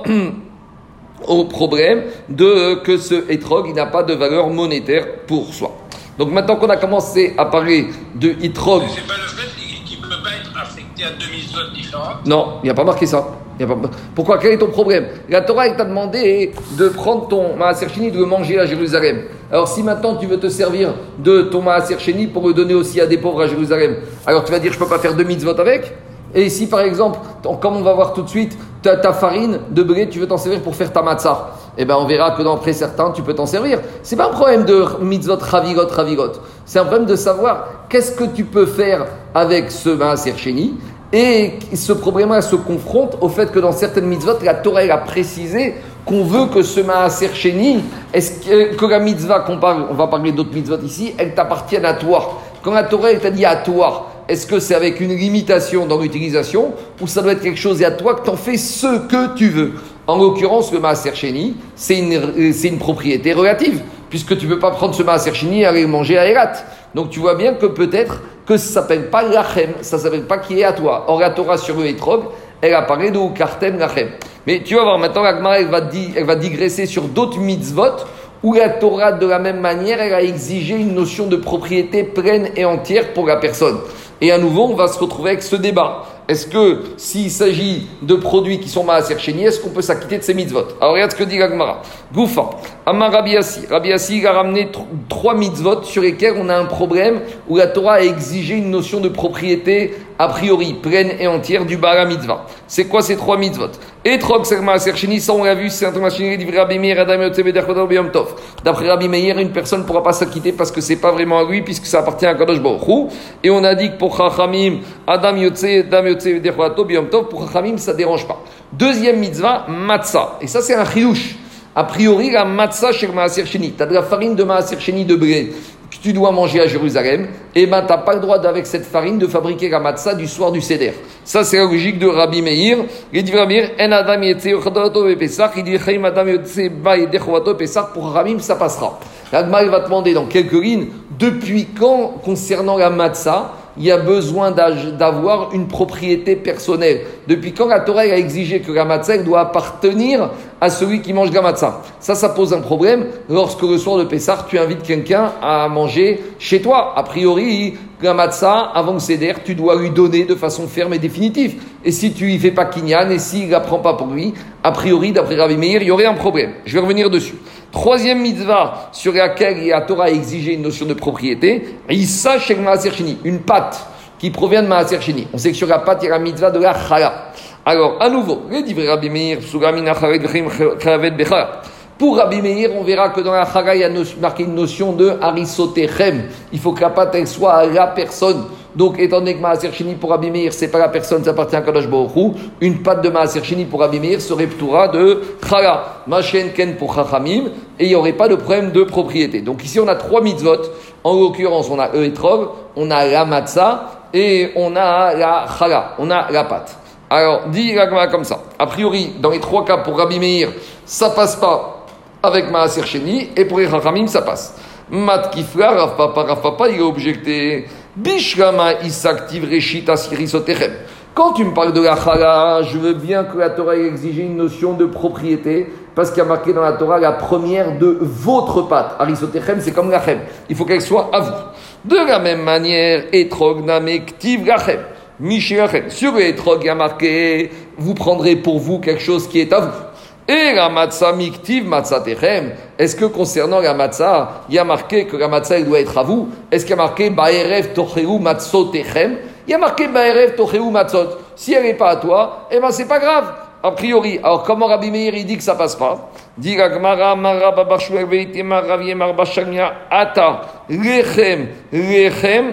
au problème de que ce etrog il n'a pas de valeur monétaire pour soi. Donc maintenant qu'on a commencé à parler de etrog, c'est pas le fait qu'il ne peut pas être affecté à deux mitzvot différentes? Non, il n'y a pas marqué ça. Il y a pas... Pourquoi? Quel est ton problème? La Torah elle t'a demandé de prendre ton Maaser Sheni, de le manger à Jérusalem. Alors si maintenant tu veux te servir de ton Maaser Sheni pour le donner aussi à des pauvres à Jérusalem, alors tu vas dire je peux pas faire deux mitzvot avec? Et si par exemple, comme on va voir tout de suite, ta, ta farine de blé, tu veux t'en servir pour faire ta matzah, eh ben on verra que dans après certains, tu peux t'en servir. C'est pas un problème de mitzvot ravigot, ravigot. C'est un problème de savoir qu'est-ce que tu peux faire avec ce Maaser Sheni. Et ce problème-là se confronte au fait que dans certaines mitzvot, la Torah elle a précisé qu'on veut que ce Maaser Sheni, est-ce que, que la mitzvah qu'on parle, on va parler d'autres mitzvot ici, elle t'appartienne à toi. Quand la Torah elle t'a dit à toi, est-ce que c'est avec une limitation dans l'utilisation ou ça doit être quelque chose et à toi que tu en fais ce que tu veux? En l'occurrence, le Maaser Sheni, c'est une, c'est une propriété relative. puisque tu ne peux pas prendre ce maaser sheni et aller le manger à Elat. Donc tu vois bien que peut-être que ça ne s'appelle pas lachem, ça ne s'appelle pas qui est à toi. Or la Torah sur le etrog, elle apparaît de kartem lachem. Mais tu vas voir, maintenant la Gemara, elle va, di- elle va digresser sur d'autres mitzvot où la Torah, de la même manière, elle a exigé une notion de propriété pleine et entière pour la personne. Et à nouveau, on va se retrouver avec ce débat. Est-ce que, s'il s'agit de produits qui sont maaser sheni, est-ce qu'on peut s'acquitter de ces mitzvot? Alors regarde ce que dit la Gemara. Goufa, Amar Rabbi Yassi. Rabbi Yassi il a ramené tr- trois mitzvot sur lesquels on a un problème où la Torah a exigé une notion de propriété a priori pleine et entière du Baal mitzvah. C'est quoi ces trois mitzvot? Etrog c'est maaser sheni, ça on l'a vu, c'est un machinier livré Rabbi Meir, Adam Yotze Bederchodo B'Yom Tov. D'après Rabbi Meir, une personne ne pourra pas s'acquitter parce que c'est pas vraiment à lui, puisque ça appartient à Kadosh Baruch Hu. Et on a dit que pour Chachamim, Adam Yotze, Adam Yotze Bederchodo B'Yom Tov, pour Chachamim, ça dérange pas. Deuxième mitzvah, matzah. Et ça c'est un chiyush. A priori, la matzah chez le maaser sheni. Tu as de la farine de maaser sheni de blé que tu dois manger à Jérusalem, et ben tu n'as pas le droit avec cette farine de fabriquer la matzah du soir du Seder. Ça c'est la logique de Rabbi Meir. Il dit Rabbi Meir, en adam yetze yochadato bepesach, il dit chaim adam yetze ba yedechovato pesach, pour Rabim ça passera. L'Agma va te demander dans quelques lignes, depuis quand concernant la matzah, il y a besoin d'avoir une propriété personnelle. Depuis quand la Torah a exigé que la matzah doit appartenir à celui qui mange la matzah? Ça, ça pose un problème lorsque le soir de Pessah, tu invites quelqu'un à manger chez toi. A priori, la matzah, avant le seder, tu dois lui donner de façon ferme et définitive. Et si tu y fais pas kinyan, et s'il ne la prend pas pour lui, a priori, d'après Rabbi Meir, il y aurait un problème. Je vais revenir dessus. Troisième mitzvah sur laquelle la Torah a exigé une notion de propriété, Issa shel maaser sheni, une pâte qui provient de maaser sheni. On sait que sur la pâte, il y a la mitzvah de la chala. Alors, à nouveau, les divrei Rabbi Meir, sugamina chared v'chim chavet bechala. Pour Rabbi Meir, on verra que dans la chala, il y a marqué une notion de harisotechem. Il faut que la pâte, elle soit à la personne. Donc, étant donné que maaser sheni pour Rabbi Meir, c'est pas la personne, ça appartient à Kadosh Baruch Hu, une pâte de maaser sheni pour Rabbi Meir serait p'tura de chala. Machen ken pour chachamim, et il n'y aurait pas de problème de propriété. Donc ici, on a trois mitzvot. En l'occurrence, on a e etrog, on a la matzah, et on a la chala, on a la pâte. Alors, dit l'agma comme ça. A priori, dans les trois cas, pour Rabbi Meir, ça passe pas avec maaser sheni, et pour les chachamim, ça passe. Mat kifla, Rav Papa, Rav Papa, il a objecté. Bishlama isaktiv reshit asirisotechem. Quand tu me parles de la chala, je veux bien que la Torah ait exigé une notion de propriété, parce qu'il y a marqué dans la Torah la première de votre pâte. Arisotechem, c'est comme lachem. Il faut qu'elle soit à vous. De la même manière, etrog namektiv lachem. Mishilachem. Sur le etrog, il y a marqué, vous prendrez pour vous quelque chose qui est à vous. Et la matzah miktiv matzah techem. Est-ce que concernant la matzah, il y a marqué que la matzah elle doit être à vous? Est-ce qu'il y a marqué ba'erev tocheu matzot techem? Il y a marqué ba'erev tocheu matzot. Si elle n'est pas à toi, eh ben c'est pas grave. A priori. Alors comment Rabbi Meir il dit que ça passe pas? Dit la Gemara mara babashul veitema ravie marbashamia ata lechem lechem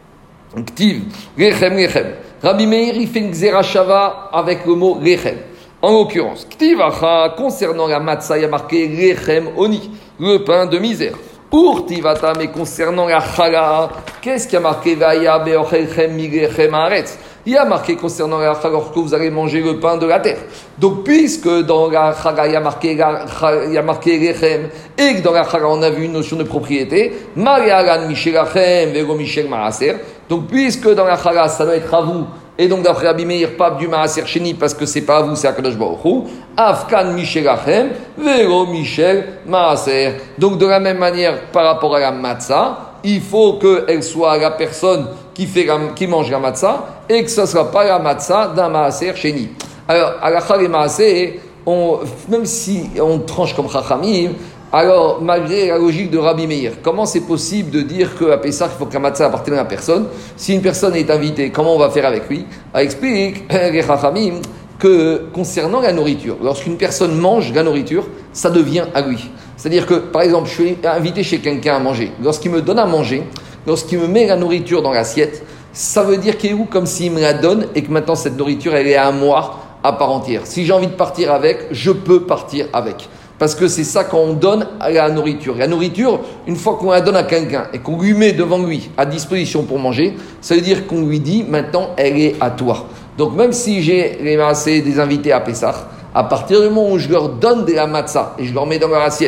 ktiv lechem lechem. Rabbi Meir il fait une xerashava avec le mot lechem. En l'occurrence, Ktivacha, concernant la matzah, il y a marqué Lechem Oni, le pain de misère. Pour Tivata, mais concernant la chala, qu'est-ce qu'il y a marqué Vaya Beochelchem Milechem Haaretz? Il y a marqué concernant la chala lorsque vous allez manger le pain de la terre. Donc, puisque dans la chala, il y a marqué, la, il y a marqué Lechem, et que dans la chala, on a vu une notion de propriété, Marialan Michelachem, Vego Michel Maaser. Donc, puisque dans la chala, ça doit être à vous. Et donc, d'après Rabbi Meir, pas du maaser sheni, parce que c'est pas à vous, c'est à Kadosh Baruch Hu. Afkan Michelachem, Vero Michel Maaser. Donc, de la même manière, par rapport à la matzah, il faut qu'elle soit la personne qui, fait la, qui mange la matzah, et que ce ne sera pas la matzah d'un maaser sheni. Alors, à la chal et maaser, on, même si on tranche comme chachamim, alors, malgré la logique de Rabbi Meir, comment c'est possible de dire qu'à Pessah, il faut que la matzah appartienne à la personne? Si une personne est invitée, comment on va faire avec lui? Elle explique, les Chachamim, que concernant la nourriture, lorsqu'une personne mange la nourriture, ça devient à lui. C'est-à-dire que, par exemple, je suis invité chez quelqu'un à manger. Lorsqu'il me donne à manger, lorsqu'il me met la nourriture dans l'assiette, ça veut dire qu'il est où comme s'il me la donne et que maintenant cette nourriture, elle est à moi à part entière. Si j'ai envie de partir avec, je peux partir avec. Parce que c'est ça quand on donne à la nourriture. La nourriture, une fois qu'on la donne à quelqu'un et qu'on lui met devant lui à disposition pour manger, ça veut dire qu'on lui dit maintenant elle est à toi. Donc même si j'ai les massés des invités à Pessah, à partir du moment où je leur donne de la matzah et je leur mets dans leur assiette,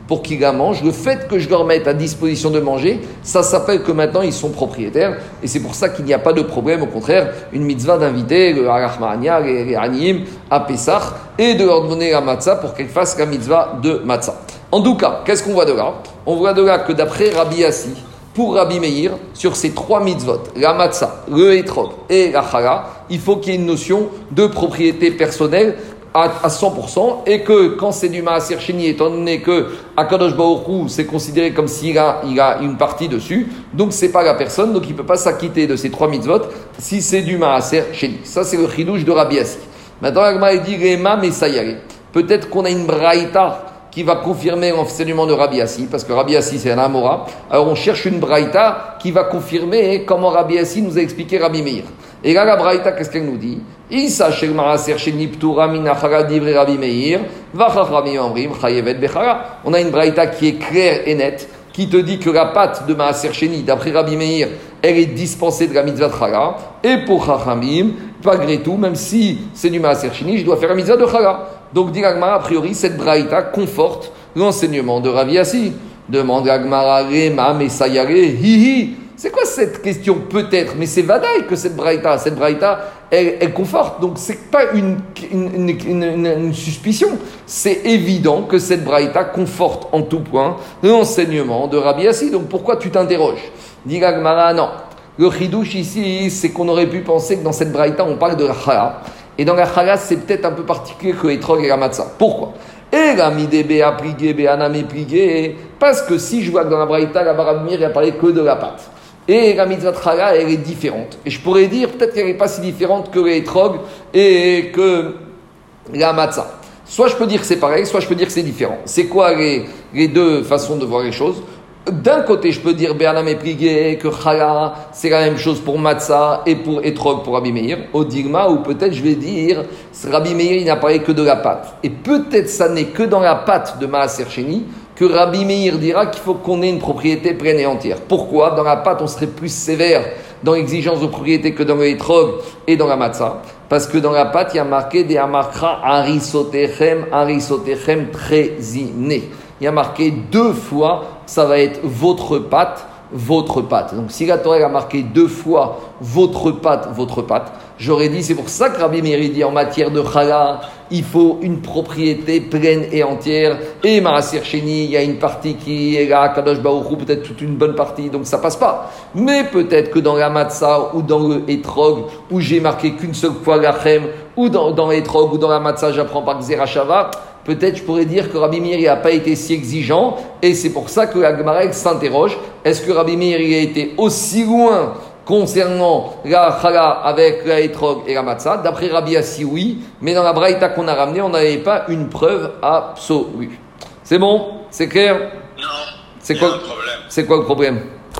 pour qu'ils la mangent. Le fait que je leur mette à disposition de manger, ça s'appelle que maintenant ils sont propriétaires. Et c'est pour ça qu'il n'y a pas de problème. Au contraire, une mitzvah d'inviter le Arachmania, les, les Aniyim à Pessah et de leur donner la matzah pour qu'ils fassent la mitzvah de matzah. En tout cas, qu'est-ce qu'on voit de là? On voit de là que d'après Rabbi Yassi, pour Rabbi Meir, sur ces trois mitzvot, la matzah, le hétrog et la chala, il faut qu'il y ait une notion de propriété personnelle à cent pour cent, et que quand c'est du Maaser Sheni, étant donné que Akadosh Baruch Hu, c'est considéré comme s'il a, il a une partie dessus, donc c'est pas la personne, donc il ne peut pas s'acquitter de ces trois mitzvot si c'est du Maaser Sheni. Ça, c'est le chidouche de Rabbi Yassi. Maintenant, l'Agma dit Réma Messayare. Peut-être qu'on a une braïta qui va confirmer l'enseignement de Rabbi Yassi, parce que Rabbi Yassi c'est un Amora. Alors on cherche une braïta qui va confirmer comment Rabbi Yassi nous a expliqué Rabbi Meir. Et là, la braïta, qu'est-ce qu'elle nous dit? Isa shel maaser sheni ptura min achara divrei Rabbi Meir, vachachamim omrim chayevet bechara. On a une braïta qui est claire et nette, qui te dit que la pâte de maaser sheni, d'après Rabbi Meir, elle est dispensée de la mitzvah de chala. Et pour chachamim, malgré tout, même si c'est du maaser sheni, je dois faire la mitzvah de chala. Donc, dit l'Agmara, a priori, cette braïta conforte l'enseignement de Rabbi Yassi. Demande l'Agmara, Rema, Messayare, hihi. C'est quoi cette question? Peut-être, mais c'est vadaï que cette braïta, cette braïta, elle, elle conforte. Donc, c'est pas une, une, une, une, une suspicion. C'est évident que cette braïta conforte en tout point l'enseignement de Rabbi Yassi. Donc, pourquoi tu t'interroges? Dit l'Agmara, non. Le chidouche ici, c'est qu'on aurait pu penser que dans cette braïta, on parle de la chala. Et dans la chala, c'est peut-être un peu particulier que l'étrog et la matzah. Pourquoi? Et la midebe a pligué, béaname pligué. Parce que si je vois que dans la braïta, la barabimir, il a parlé que de la pâte. Et la mitzvah de chala, elle est différente. Et je pourrais dire, peut-être qu'elle n'est pas si différente que l'étrog et que la matzah. Soit je peux dire que c'est pareil, soit je peux dire que c'est différent. C'est quoi les, les deux façons de voir les choses? D'un côté, je peux dire Béanam et Pligué, que Chala, c'est la même chose pour Matzah et pour Etrog pour Rabbi Meir, au Digma, ou peut-être je vais dire Rabbi Meir, il n'a parlé que de la pâte. Et peut-être ça n'est que dans la pâte de Maaser Sheni que Rabbi Meir dira qu'il faut qu'on ait une propriété pleine et entière. Pourquoi? Dans la pâte, on serait plus sévère dans l'exigence de propriété que dans le Etrog et dans la Matzah. Parce que dans la pâte, il y a marqué des Amakra Arisotechem, Arisotechem Tréziné. Il y a marqué deux fois, ça va être votre pâte, votre pâte. Donc si la Torah a marqué deux fois votre pâte, votre pâte, j'aurais dit, c'est pour ça que Rabbi Meir dit en matière de chala, il faut une propriété pleine et entière. Et Maaser Sheni, il y a une partie qui est là, Kadosh Baruch Hu, peut-être toute une bonne partie, donc ça passe pas. Mais peut-être que dans la matzah ou dans le etrog, où j'ai marqué qu'une seule fois lachem, ou dans, dans l'etrog ou dans la matzah, j'apprends par Xerashava, peut-être je pourrais dire que Rabbi Meir n'a pas été si exigeant, et c'est pour ça que la Gemara s'interroge, est-ce que Rabbi Meir a été aussi loin concernant la chala avec la etrog et la matzah? D'après Rabbi Yassi, oui, mais dans la braïta qu'on a ramenée, on n'avait pas une preuve absolue. C'est bon? C'est clair? Non, c'est il quoi, y a un problème. C'est quoi le problème?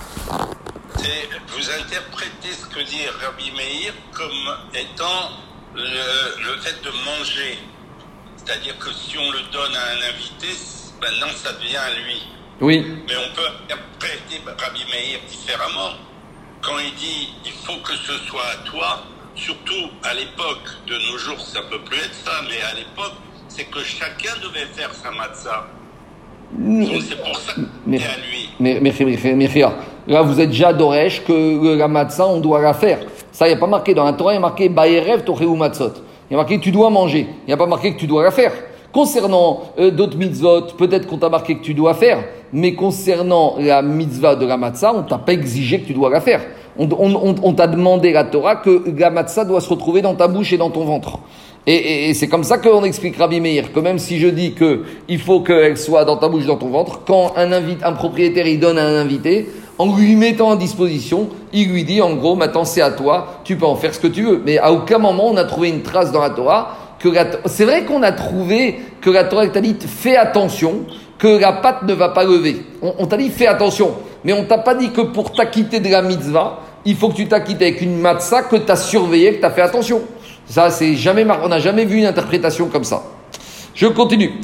C'est, vous interprétez ce que dit Rabbi Meir comme étant le, le fait de manger. C'est-à-dire que si on le donne à un invité, maintenant ça devient à lui. Oui. Mais on peut interpréter Rabbi Meir différemment. Quand il dit il faut que ce soit à toi, surtout à l'époque, de nos jours ça peut plus être ça, mais à l'époque, c'est que chacun devait faire sa matzah. Donc c'est pour ça que c'est à lui. Mais, mais, mais, mais, là vous êtes déjà d'Oresh que la matzah on doit la faire. Ça il n'y a pas marqué dans la Torah, il y a marqué Baerev Toreu Matzot. Il y a marqué que tu dois manger. Il n'y a pas marqué que tu dois la faire. Concernant euh, d'autres mitzvot, peut-être qu'on t'a marqué que tu dois faire, mais concernant la mitzvah de la matzah, on t'a pas exigé que tu dois la faire. On, on, on, on t'a demandé la Torah que la matzah doit se retrouver dans ta bouche et dans ton ventre. Et, et, et c'est comme ça qu'on explique Rabbi Meir, que même si je dis que il faut qu'elle soit dans ta bouche, dans ton ventre, quand un, invite, un propriétaire il donne à un invité, en lui mettant à disposition, il lui dit en gros, maintenant c'est à toi, tu peux en faire ce que tu veux. Mais à aucun moment on a trouvé une trace dans la Torah que la... C'est vrai qu'on a trouvé que la Torah t'a dit fais attention, que la pâte ne va pas lever. On, on t'a dit fais attention, mais on t'a pas dit que pour t'acquitter de la mitzvah, il faut que tu t'acquittes avec une matzah que tu as surveillée, que tu as fait attention. Ça, c'est jamais mar... on n'a jamais vu une interprétation comme ça. Je continue.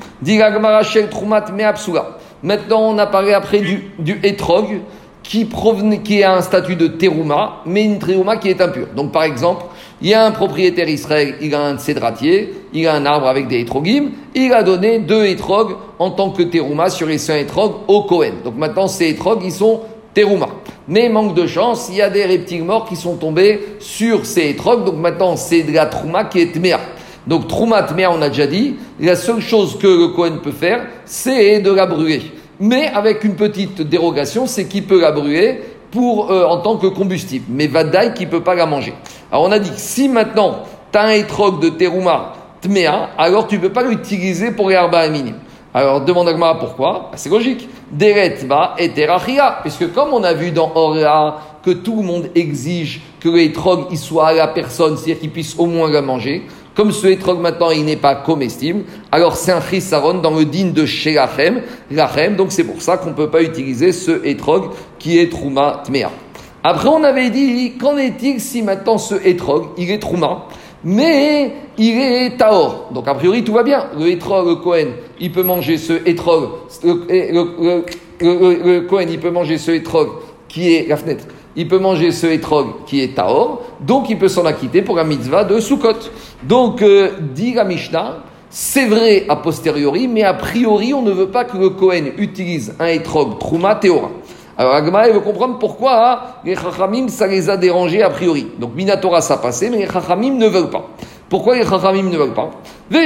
Maintenant, on a parlé après du, du etrog, qui, provenait, qui a un statut de terouma, mais une terouma qui est impure. Donc, par exemple, Il y a un propriétaire Israël, il a un cédratier, il a un arbre avec des étrogim, il a donné deux étrogs en tant que terouma sur les cent étrogs au Kohen. Donc maintenant, ces étrogs, ils sont terouma. Mais manque de chance, il y a des reptiles morts qui sont tombés sur ces étrogs. Donc maintenant, c'est de la trouma qui est tméa. Donc trouma tméa, on a déjà dit, la seule chose que le Kohen peut faire, c'est de la brûler. Mais avec une petite dérogation, c'est qu'il peut la brûler pour, euh, en tant que combustible. Mais vadaï qui ne peut pas la manger. Alors on a dit que si maintenant, tu as un étrog de terouma tméa, alors tu ne peux pas l'utiliser pour les arba minim. Alors, demande à Gmara pourquoi. C'est logique. Deretba et terachia. Puisque comme on a vu dans Orea que tout le monde exige que l'étrog il soit à la personne, c'est-à-dire qu'il puisse au moins la manger, comme ce étrog maintenant il n'est pas comestible, alors c'est un chisaron dans le din de chez Lachem, Lachem, donc c'est pour ça qu'on ne peut pas utiliser ce étrog qui est trouma tméa. Après on avait dit, qu'en est-il si maintenant ce étrog il est trouma, mais il est taor. Donc a priori tout va bien. Le étrog, le Kohen, il peut manger ce étrog. Le, le, le, le, le Kohen, il peut manger ce étrog qui est la fenêtre. Il peut manger ce étrog qui est taor. Donc il peut s'en acquitter pour la mitzvah de Sukkot. Donc euh, dit la Mishnah, c'est vrai a posteriori, mais a priori on ne veut pas que le Kohen utilise un étrog trouma teora. Alors, Agma, il veut comprendre pourquoi hein, les Chachamim, ça les a dérangés a priori. Donc, Minatora, ça passait, mais les Chachamim ne veulent pas. Pourquoi les Chachamim ne veulent pas?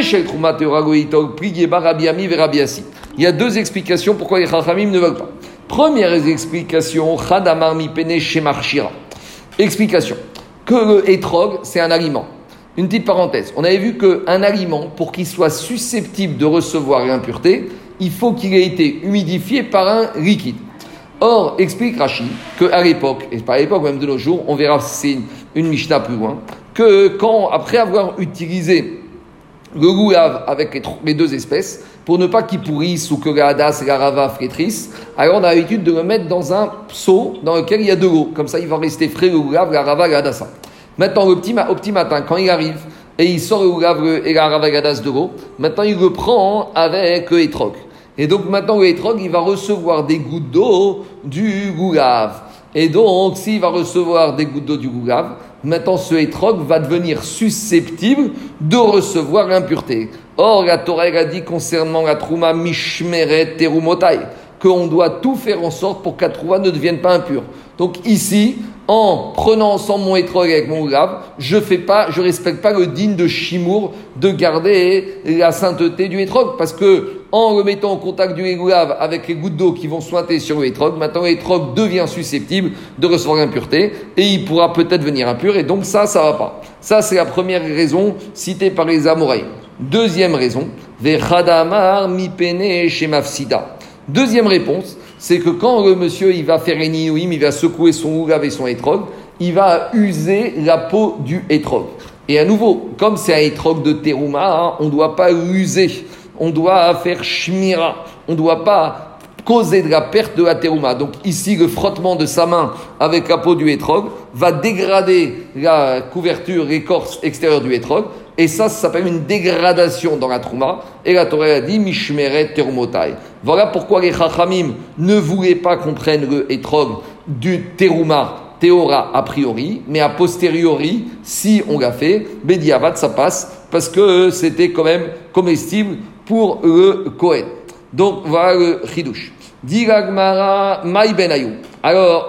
Il y a deux explications pourquoi les Chachamim ne veulent pas. Première explication, Chadamar mi pene shemar shira. Explication, que le étrog, c'est un aliment. Une petite parenthèse, on avait vu qu'un aliment, pour qu'il soit susceptible de recevoir l'impureté, il faut qu'il ait été humidifié par un liquide. Or, explique Rashi qu'à l'époque, et pas à l'époque, même de nos jours, on verra si c'est une, une Mishnah plus loin, que quand, après avoir utilisé le goulav avec les, les deux espèces, pour ne pas qu'ils pourrissent ou que la hadas et la rava flétrissent, alors on a l'habitude de le mettre dans un seau dans lequel il y a de l'eau. Comme ça, il va rester frais le goulav, la rava et la hadassa. Maintenant, le petit, au petit matin, quand il arrive et il sort le goulav et la rava et la hadas de l'eau, maintenant il le prend avec le étrog. Et donc maintenant le étrog, il va recevoir des gouttes d'eau du goulav. Et donc s'il va recevoir des gouttes d'eau du goulav, maintenant ce étrog va devenir susceptible de recevoir l'impureté. Or la Torah a dit concernant la trouma mishmeret terumotai qu'on doit tout faire en sorte pour que la trouma ne devienne pas impure. Donc ici, en prenant ensemble mon étrog avec mon goulav, je fais pas, je respecte pas le din de Shimour de garder la sainteté du étrog, parce que en le mettant en contact du goulav avec les gouttes d'eau qui vont sointer sur le étrog, maintenant l'étrog devient susceptible de recevoir l'impureté et il pourra peut-être devenir impur, et donc ça, ça va pas. Ça, c'est la première raison citée par les Amoraïm. Deuxième raison, Vechadamar mi pene shemafsida. Deuxième réponse, c'est que quand le monsieur il va faire un inouïm, il va secouer son goulav et son étrog, il va user la peau du étrog. Et à nouveau, comme c'est un étrog de terouma, hein, on ne doit pas user, on doit faire shmira, on ne doit pas causer de la perte de la terouma. Donc ici, le frottement de sa main avec la peau du étrog va dégrader la couverture, l'écorce extérieure du étrog. Et ça, ça s'appelle une dégradation dans la trouma. Et la Torah a dit mishmeret terumotai. Voilà pourquoi les chachamim ne voulaient pas qu'on prenne le étrog du terouma, théora a priori, mais a posteriori, si on l'a fait, bediavad ça passe, parce que c'était quand même comestible pour le Kohen. Donc voilà le chidouche. Dit la Gemara, Maï ben Ayou. Alors,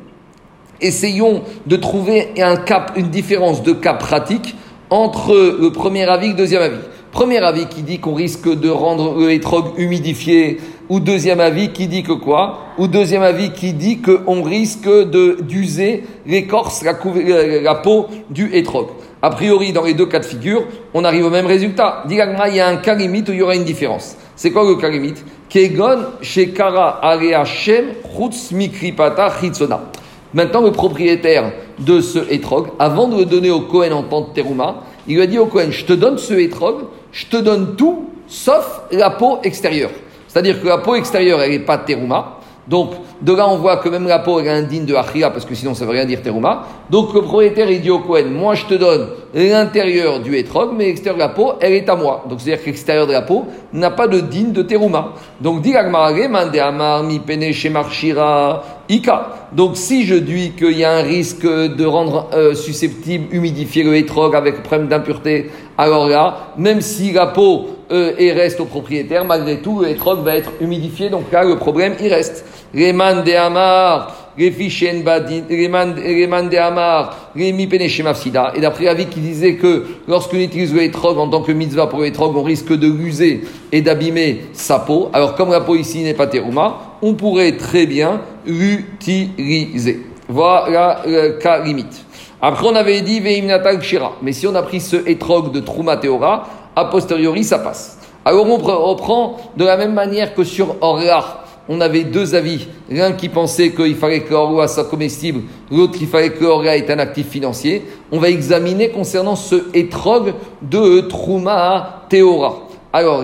essayons de trouver un cap, une différence de cas pratique entre le premier avis et le deuxième avis. Premier avis qui dit qu'on risque de rendre le étrog humidifié, ou deuxième avis qui dit que quoi? Ou deuxième avis qui dit qu'on risque de, d'user l'écorce, la, couv- la peau du étrog. A priori, dans les deux cas de figure, on arrive au même résultat. Dit il y a un cas limite où il y aura une différence. C'est quoi le cas limite? Kegon shekara alea shem chutz mikripata chitzona. Maintenant, le propriétaire de ce étrog, avant de le donner au Kohen en tant que terouma, il lui a dit au Kohen, je te donne ce étrog, je te donne tout, sauf la peau extérieure. C'est-à-dire que la peau extérieure, elle n'est pas terouma. Donc, de là, on voit que même la peau, elle est indigne de achia, parce que sinon, ça ne veut rien dire terouma. Donc, le propriétaire, il dit au Kohen, moi, je te donne l'intérieur du étrog, mais l'extérieur de la peau, elle est à moi. Donc, c'est-à-dire que l'extérieur de la peau n'a pas de digne de terouma. Donc, dit l'agmarage, mande amar mi pene shemar shira, Ika. Donc, si je dis qu'il y a un risque de rendre euh, susceptible, humidifier le hétrog avec problème d'impureté, alors là, même si la peau euh, et reste au propriétaire, malgré tout, le hétrog va être humidifié. Donc là, le problème, il reste. Reman de Amar, Refichen Badin, Reman de Amar, Remi Penechem Afsida. Et d'après l'avis qui disait que lorsqu'on utilise le hétrog en tant que mitzvah pour le hétrog, on risque de l'user et d'abîmer sa peau. Alors, comme la peau ici n'est pas terouma, on pourrait très bien l'utiliser. Voilà le cas limite. Après, on avait dit Veimnatal Shira. Mais si on a pris ce hétrog de Trouma Teora, a posteriori, ça passe. Alors, on reprend de la même manière que sur Orla. On avait deux avis. L'un qui pensait qu'il fallait que l'orla soit comestible, l'autre qui fallait que l'orla ait un actif financier. On va examiner concernant ce hétrog de Trouma Teora. Alors,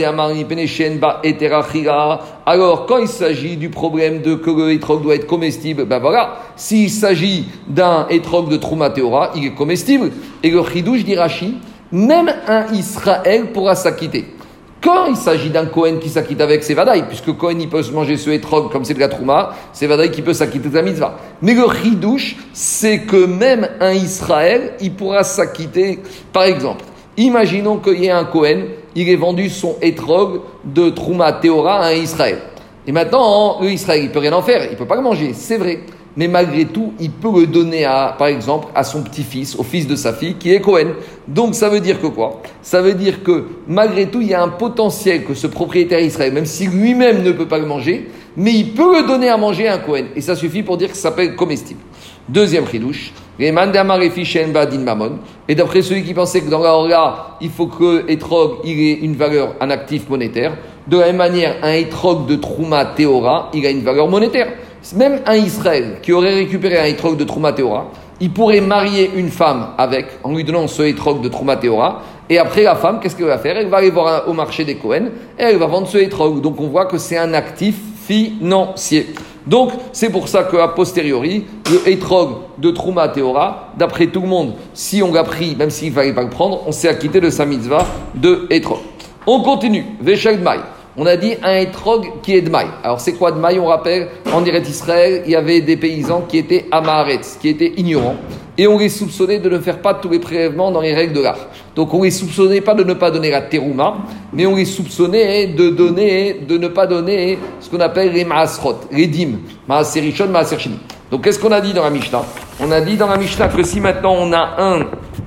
alors, quand il s'agit du problème de que le hétrog doit être comestible, ben voilà, s'il s'agit d'un hétrog de Trouma Teora, il est comestible. Et le chidouche dit Rashi, même un Israël pourra s'acquitter. Quand il s'agit d'un Kohen qui s'acquitte avec, c'est Vadaï, puisque Kohen il peut se manger ce hétrog comme c'est de la Trouma, c'est Vadaï qui peut s'acquitter de la mitzvah. Mais le chidouche, c'est que même un Israël, il pourra s'acquitter, par exemple. Imaginons qu'il y ait un Kohen, il ait vendu son hétrog de Trouma Teora à un Israël. Et maintenant, le Israël, il ne peut rien en faire, il ne peut pas le manger, c'est vrai. Mais malgré tout, il peut le donner, à, par exemple, à son petit-fils, au fils de sa fille, qui est Kohen. Donc, ça veut dire que quoi ? Ça veut dire que, malgré tout, il y a un potentiel que ce propriétaire Israël, même si lui-même ne peut pas le manger, mais il peut le donner à manger à un Kohen. Et ça suffit pour dire que ça s'appelle comestible. Deuxième chidouche. Et d'après celui qui pensait que dans la Orla, il faut que hétrog il ait une valeur, un actif monétaire, de la même manière, un hétrog de Trouma Teora, il a une valeur monétaire. Même un Israël qui aurait récupéré un hétrog de Trouma Teora, il pourrait marier une femme avec, en lui donnant ce hétrog de Trouma Teora, et après la femme, qu'est-ce qu'elle va faire ? Elle va aller voir un, au marché des Kohen, et elle va vendre ce hétrog. Donc on voit que c'est un actif financier. Donc, c'est pour ça qu'à posteriori, le hétrog de Trouma Teora, d'après tout le monde, si on l'a pris, même s'il ne fallait pas le prendre, on s'est acquitté de sa mitzvah de hétrog. On continue. Véchel Dmaï. On a dit un hétrog qui est Dmaï. Alors, c'est quoi Dmaï ? On rappelle, en Eretz Israël, il y avait des paysans qui étaient Amaharetz, qui étaient ignorants. Et on les soupçonnait de ne faire pas tous les prélèvements dans les règles de l'art. Donc on les soupçonnait pas de ne pas donner la terouma, mais on les soupçonnait de donner, de ne pas donner ce qu'on appelle les maasrot, les dîmes, maaser rishon, maaser sheni. Donc qu'est-ce qu'on a dit dans la Mishnah ? On a dit dans la Mishnah que si maintenant on a un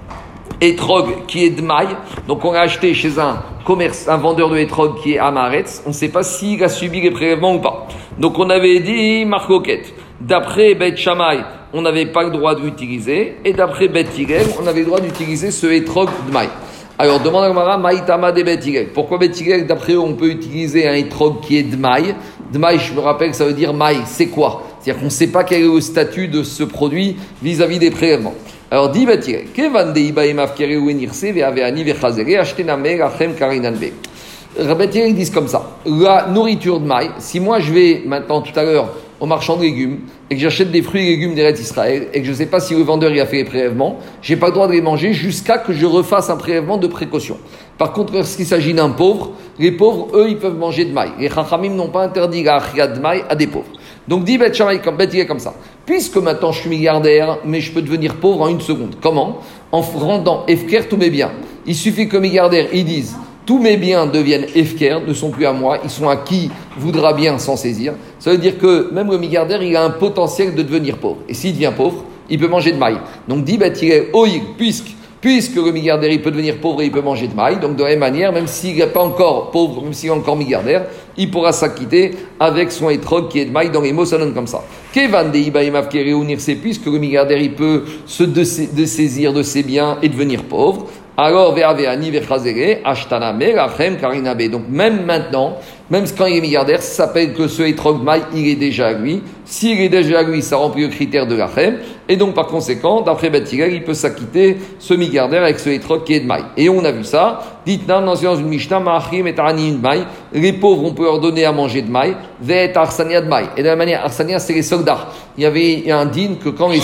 hétrog qui est d'maï, donc on l'a acheté chez un commerce, un vendeur de hétrog qui est amaretz, on ne sait pas s'il a subi les prélèvements ou pas. Donc on avait dit marcoquette. D'après Beth Shammai, on n'avait pas le droit de l'utiliser, et d'après Beth Hillel, on avait le droit d'utiliser ce hétrog d'maï. Alors demande à Gemara, maïtama de Beth Hillel. Pourquoi Beth Hillel, d'après eux, on peut utiliser un hétrog qui est d'maï ? D'maï, je me rappelle que ça veut dire maï, c'est quoi ? C'est-à-dire qu'on ne sait pas quel est le statut de ce produit vis-à-vis des prélèvements. Alors dit Beth Hillel, Kevan de Ibaim Afkere Uenirse Veaveani Vechazere Ashtename Lachem Karinanbe. Beth Hillel, ils disent comme ça, la nourriture d'maï, si moi je vais maintenant tout à l'heure au marchand de légumes et que j'achète des fruits et légumes d'Eretz Israël et que je ne sais pas si le vendeur il a fait les prélèvements, je n'ai pas le droit de les manger jusqu'à que je refasse un prélèvement de précaution. Par contre, lorsqu'il s'agit d'un pauvre, les pauvres, eux, ils peuvent manger de maï. Les chachamim n'ont pas interdit la achia de maï à des pauvres. Donc dit Beth Shammai, comme Beth, il est comme ça. Puisque maintenant je suis milliardaire, mais je peux devenir pauvre en une seconde. Comment ? En rendant efker tous mes biens. Il suffit que milliardaires, ils disent tous mes biens deviennent efker, ne sont plus à moi, ils sont à qui voudra bien s'en saisir. Ça veut dire que même le milliardaire, il a un potentiel de devenir pauvre. Et s'il devient pauvre, il peut manger de maï. Donc dit Beth Hillel, oïg, puisque Puisque le milliardaire, il peut devenir pauvre et il peut manger de maï, donc de la même manière, même s'il n'est pas encore pauvre, même s'il est encore milliardaire, il pourra s'acquitter avec son hétrog qui est de maï. Dans les mots, ça donne comme ça. Kevan de Ibaim Afkere Unirse, puisque le milliardaire, il peut se dessaisir de ses biens et devenir pauvre. Alors, Ve'aveani Vechazere, Ashtaname, Lachem, Karinabe. Donc, même maintenant, même quand il est milliardaire, ça s'appelle que ce hétrog de maï, il est déjà à lui. S'il est déjà à lui, ça remplit le critère de Lachem. Et donc, par conséquent, d'après Beth Hillel, il peut s'acquitter, ce milliardaire, avec ce hétrog qui est de maï. Et on a vu ça. Dites-nous, dans une Mishnah, Ma'achim et Ta'ani de maï. Les pauvres, on peut leur donner à manger de maï. Ve'et Arsania de maï. Et de la manière, Arsania, c'est les soldats. Il y avait un din que quand les.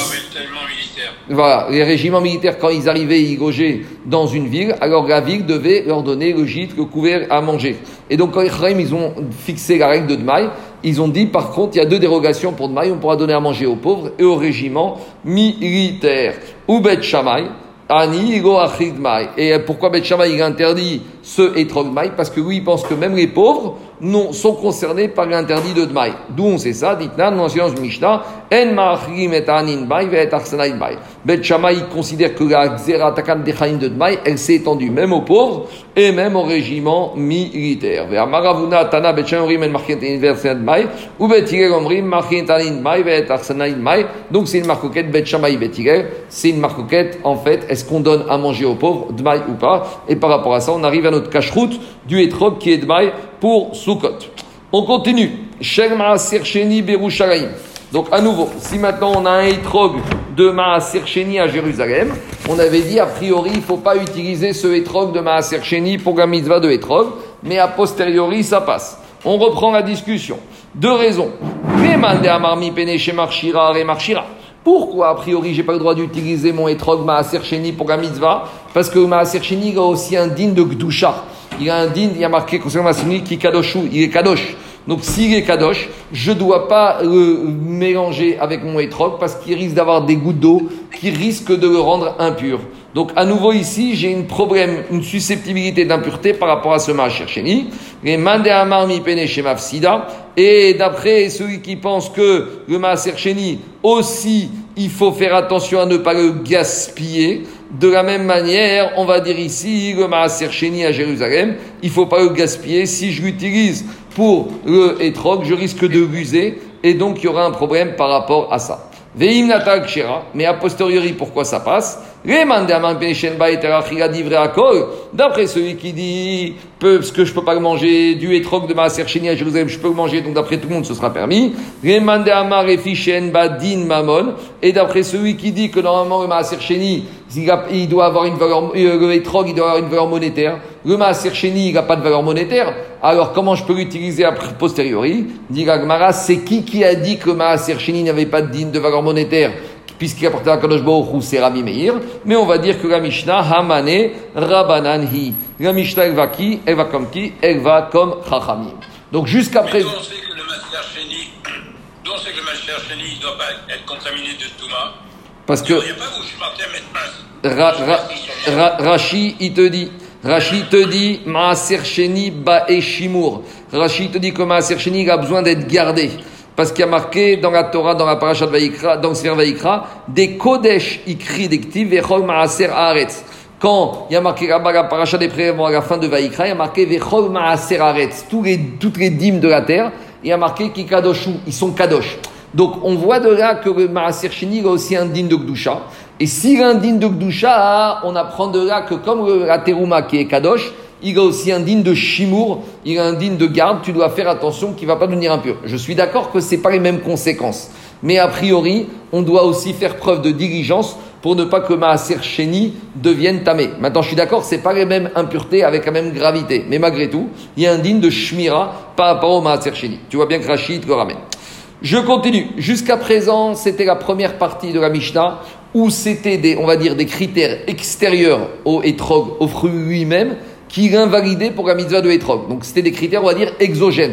Voilà, les régiments militaires, quand ils arrivaient, ils logeaient dans une ville, alors la ville devait leur donner le gîte, le couvert à manger. Et donc, quand les Khaïm, ils ont fixé la règle de Dmaï, ils ont dit par contre, il y a deux dérogations pour Dmaï, on pourra donner à manger aux pauvres et au régiment militaire. Ou Bet Shammai, Ani, Igo Achid Dmaï. Et pourquoi Bet Shammai il interdit ce Etrog Dmaï? Parce que lui, il pense que même les pauvres non, sont concernés par l'interdit de Dmaï. D'où on sait ça, dites-nous, dans la Mishnah, En Ma'achrim et Anin Dmaï, Ve'et Arsana Dmaï. Bet Shammai considère que la Xera Takan Dechaim de Dmaï, elle s'est étendue même aux pauvres et même au régiment militaire. Ve'amaravuna Tana Bet Shammai en Marchet Inversen Dmaï, ou Bet Hillel Omrim, Marchet Anin Dmaï, Ve'et Arsana Dmaï. Donc c'est une marcoquette Bet Shammai Bet Hillel, c'est une marcoquette en fait, est-ce qu'on donne à manger aux pauvres, Dmaï ou pas? Et par rapport à ça, on arrive à notre cache-route du Etrog qui est Dmaï pour Sukkot. On continue. Shel Maaser Sheni Berushalayim. Donc à nouveau, si maintenant on a un Etrog de Maaser Sheni à Jérusalem, on avait dit a priori il ne faut pas utiliser ce Etrog de Maaser Sheni pour la mitzvah de Etrog, mais a posteriori ça passe. On reprend la discussion. Deux raisons. Pourquoi a priori j'ai pas le droit d'utiliser mon Etrog Maaser Sheni pour la mitzvah? Parce que Maaser Sheni a aussi un digne de Gdusha. Il a un din, il y a marqué concernant Maaser Sheni qui est Kadoshu, il est Kadosh. Donc s'il est Kadosh, je ne dois pas le euh, mélanger avec mon Etrog parce qu'il risque d'avoir des gouttes d'eau qui risquent de le rendre impur. Donc à nouveau ici, j'ai un problème, une susceptibilité d'impureté par rapport à ce Maaser Sheni. Et d'après celui qui pense que le Maaser Sheni aussi, il faut faire attention à ne pas le gaspiller. De la même manière, on va dire ici, le Maaser Sheni à Jérusalem, il ne faut pas le gaspiller. Si je l'utilise pour le Etrog, je risque de l'user et donc il y aura un problème par rapport à ça. Veim natal kshera, mais a posteriori, pourquoi ça passe? D'après celui qui dit parce que je ne peux pas le manger du Etrog de Maaser Sheni à Jérusalem, je peux le manger, donc d'après tout le monde ce sera permis. Et d'après celui qui dit que normalement le Maaser Sheni il doit avoir une valeur, le Etrog il doit avoir une valeur monétaire, le Maaser Sheni il n'a pas de valeur monétaire, alors comment je peux l'utiliser a posteriori? Dit la Gemara, c'est qui qui a dit que le Maaser Sheni n'avait pas de digne de valeur monétaire? Puisqu'il apportait à Kadosh Baruch Hu, c'est Rabbi Meir, mais on va dire que la Mishnah, Hamane, Rabbanan hi. La Mishnah, elle va qui? Elle va comme qui? Elle va comme Chachamim. Donc jusqu'à présent. D'où on sait que le Maaser Sheni, d'où on sait que le Maaser Sheni, il ne doit pas être contaminé de Touma? Parce que. Il n'y a pas où je partais mettre Ra, Ra, Rashi, il te dit. Rashi te dit, Maaser Sheni ba'e shimur. Rashi te dit que Maaser Sheni, il a besoin d'être gardé. Parce qu'il y a marqué dans la Torah, dans la parasha de Vayikra, dans le Sefer Vayikra, des Kodesh ikri dektiv vechol maaser haaretz. Quand il y a marqué là-bas la parasha des prélèvements à la fin de Vayikra, il y a marqué vechol maaser haaretz. Tous les, toutes les dîmes de la terre, il y a marqué ki kadoshu, ils sont kadosh. Donc on voit de là que le Maaser Sheni a aussi un digne de Gdusha. Et s'il a un digne de Gdusha, on apprend de là que comme le, la terouma qui est kadosh, il a aussi un digne de Shimour, il a un digne de garde, tu dois faire attention qu'il ne va pas devenir impur. Je suis d'accord que ce n'est pas les mêmes conséquences. Mais a priori, on doit aussi faire preuve de diligence pour ne pas que Maaser Sheni devienne tamé. Maintenant, je suis d'accord, ce n'est pas les mêmes impuretés avec la même gravité. Mais malgré tout, il y a un digne de Shmira par rapport au Maaser Sheni. Tu vois bien que Rachid le ramène. Je continue. Jusqu'à présent, c'était la première partie de la Mishnah où c'était des, on va dire, des critères extérieurs au Etrog, au fruit lui-même, qui l'invalidait pour la mitzvah de Etrog. Donc c'était des critères, on va dire, exogènes.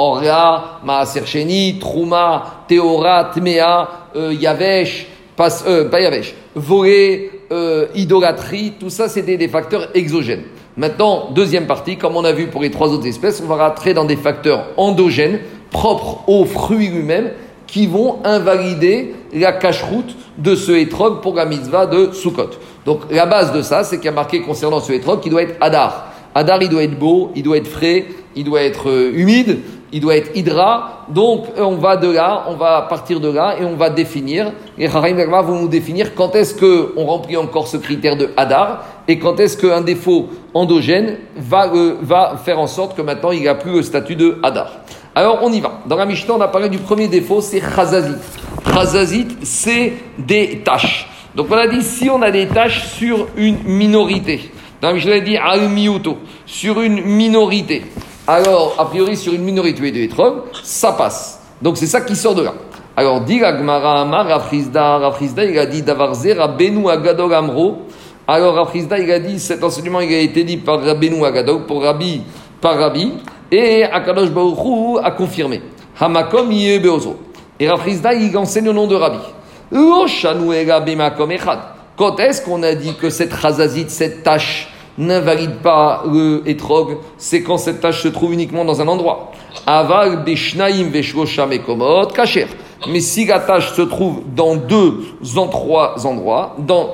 Ora, Maaser Sheni, Trouma, Teora, Tmea, euh, Yavesh, pas, euh, pas Yavesh, voler, euh, idolâtrie, tout ça c'était des facteurs exogènes. Maintenant, deuxième partie, comme on a vu pour les trois autres espèces, on va rentrer dans des facteurs endogènes, propres au fruit lui-même, qui vont invalider la cache-route de ce Etrog pour la mitzvah de Sukkot. Donc la base de ça, c'est qu'il y a marqué concernant ce Etrog qu'il doit être Hadar. Hadar, il doit être beau, il doit être frais, il doit être euh, humide, il doit être hydra. Donc on va de là, on va partir de là et on va définir. Les Chachamim vont nous définir quand est-ce qu'on remplit encore ce critère de Hadar et quand est-ce qu'un défaut endogène va, euh, va faire en sorte que maintenant il n'a plus le statut de Hadar. Alors on y va. Dans la Mishnah, on a parlé du premier défaut, c'est Chazazit. Chazazit, c'est des taches. Donc on a dit, si on a des taches sur une minorité, dans la Mishnah, on a dit al miuto, sur une minorité. Alors, a priori, sur une minorité de Etrog, ça passe. Donc c'est ça qui sort de là. Alors, dit la Gemara Amar, Rafrizda, Rafrizda, il a dit Davarze, Rabbeinu Agadol Amro. Alors Rafrizda, il a dit, cet enseignement, il a été dit par Rabbeinu Agadol, pour Rabbi, par Rabbi. Et Akadosh Baruch Hu a confirmé. Hamakom yeh beozo. Et Rav Chisda, il enseigne au nom de Rabbi. Lo shanu ela bemakom echad. Quand est-ce qu'on a dit que cette chazazit, cette tâche, n'invalide pas le étrog? C'est quand cette tâche se trouve uniquement dans un endroit. Aval beshnaim veshlosha mekomot kasher. Mais si la tâche se trouve dans deux en trois endroits, dans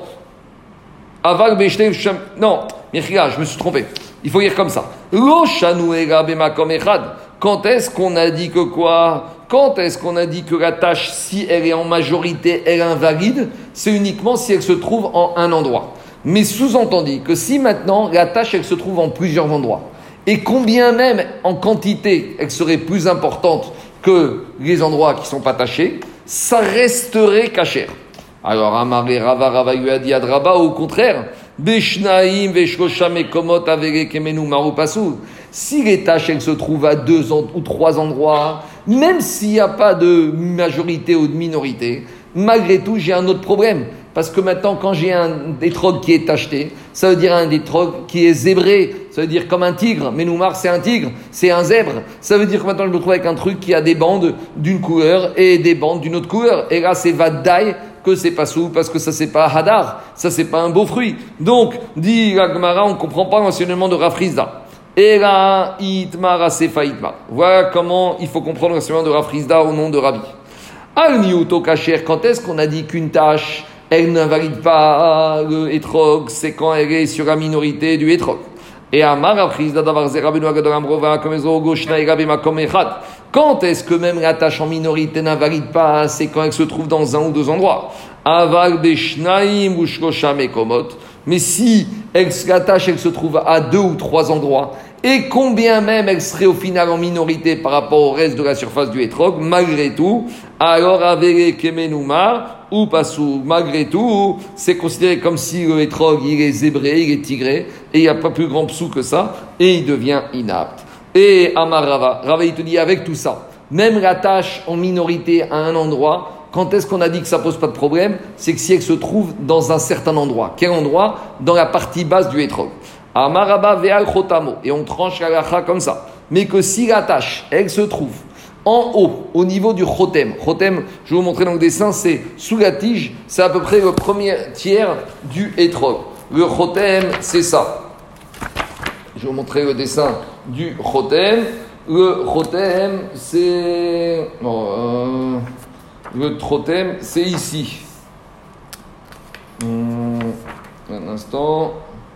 Aval beshnaim veshlosha... Non, Mirchila, je me suis trompé. Il faut lire comme ça. Lo shanu ela bemakom echad. Quand est-ce qu'on a dit que quoi? Quand est-ce qu'on a dit que la tâche, si elle est en majorité, elle est invalide? C'est uniquement si elle se trouve en un endroit. Mais sous-entendu que si maintenant la tâche, elle se trouve en plusieurs endroits, et combien même en quantité elle serait plus importante que les endroits qui ne sont pas tachés, ça resterait cachère. Alors Amaré Rava Rava lui a dit Adraba, au contraire, Beshnaim Veshlosha Mekomot Avere Kemenu Maru Pasou. Si les tâches elles se trouvent à deux ou trois endroits, même s'il n'y a pas de majorité ou de minorité, malgré tout j'ai un autre problème. Parce que maintenant, quand j'ai un détrog qui est tacheté, ça veut dire un détrog qui est zébré. Ça veut dire comme un tigre. Menoumar, c'est un tigre, c'est un zèbre. Ça veut dire que maintenant, je me trouve avec un truc qui a des bandes d'une couleur et des bandes d'une autre couleur. Et là, c'est Vadaï que c'est pas sous, parce que ça, c'est pas Hadar. Ça, c'est pas un beau fruit. Donc, dit la Gemara, on ne comprend pas l'enseignement de Rav Chisda. Et là, Itmar Asefa Itmar. Voilà comment il faut comprendre l'enseignement de Rav Chisda au nom de Rabbi. Al Niuto Kacher, quand est-ce qu'on a dit qu'une tâche elle n'invalide pas le étrog, c'est quand elle est sur la minorité du étrog. Et Amar Rav Chisda davar ze Rabbeinu Agadol Amrova comme ezo goshna ega bemakom echad. Quand est-ce que même la tâche en minorité n'invalide pas? C'est quand elle se trouve dans un ou deux endroits. Aval beshnaim ou shlosha mekomot. Mais si elle, la tâche elle se trouve à deux ou trois endroits, et combien même elle serait au final en minorité par rapport au reste de la surface du étrog, malgré tout, alors avere kemenuma ou pasou, malgré tout, c'est considéré comme si le étrog il est zébré, il est tigré, et il n'y a pas plus grand psou que ça, et il devient inapte. Et Amar Rava, Rava il te dit avec tout ça, même la tâche en minorité à un endroit, quand est-ce qu'on a dit que ça pose pas de problème? C'est que si elle se trouve dans un certain endroit. Quel endroit? Dans la partie basse du étrog. Amaraba ve'al chotamo. Et on tranche la lacha comme ça. Mais que si la tâche, elle se trouve en haut, au niveau du chotem. Chotem, je vais vous montrer dans le dessin, c'est sous la tige, c'est à peu près le premier tiers du étrog. Le chotem, c'est ça. Je vais vous montrer le dessin du chotem. Le chotem, c'est... Bon, euh... Le trotem, c'est ici. Hum, un instant.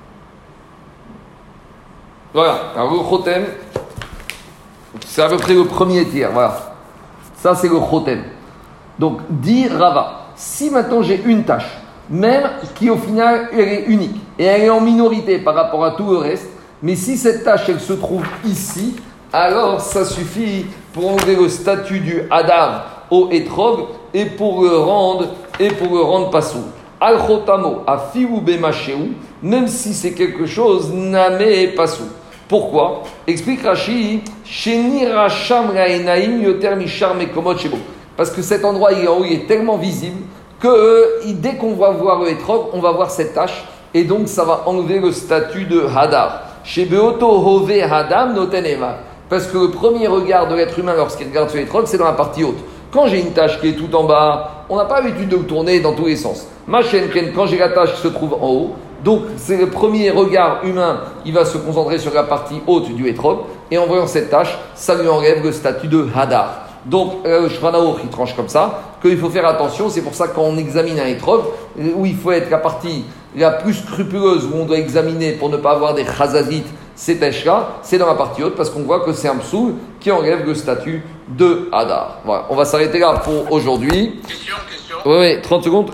Voilà. Alors le chotem, c'est à peu près le premier tiers. Voilà. Ça, c'est le chotem. Donc, dit Rava, si maintenant j'ai une tâche, même qui au final, elle est unique, et elle est en minorité par rapport à tout le reste, mais si cette tâche, elle se trouve ici, alors ça suffit pour enlever le statut du Hadar au étrog et pour le rendre et pour le rendre passou. Al chotamo afiou bemachéou, même si c'est quelque chose namé passou. Pourquoi? Explique Rashi, sheni racham raenaim yoter mishar mekomot shebo. Parce que cet endroit il est, il est tellement visible que dès qu'on va voir le étrog, on va voir cette tache et donc ça va enlever le statut de hadar. Shebeoto hove hadam notenema. Parce que le premier regard de l'être humain lorsqu'il regarde sur l'étrog, c'est dans la partie haute. Quand j'ai une tâche qui est tout en bas, on n'a pas l'habitude de tourner dans tous les sens. Ma chaîne, quand j'ai la tâche qui se trouve en haut, donc c'est le premier regard humain, il va se concentrer sur la partie haute du étrog, et en voyant cette tâche, ça lui enlève le statut de hadar. Donc le euh, Shulchan Aruch, il tranche comme ça, qu'il faut faire attention, c'est pour ça que quand on examine un étrog, où il faut être la partie la plus scrupuleuse, où on doit examiner pour ne pas avoir des chazazites, ces tâches-là, c'est dans la partie haute, parce qu'on voit que c'est un psoul qui enlève le statut de hadar. Voilà, on va s'arrêter là pour aujourd'hui. Question, question. Oui, oui, trente secondes.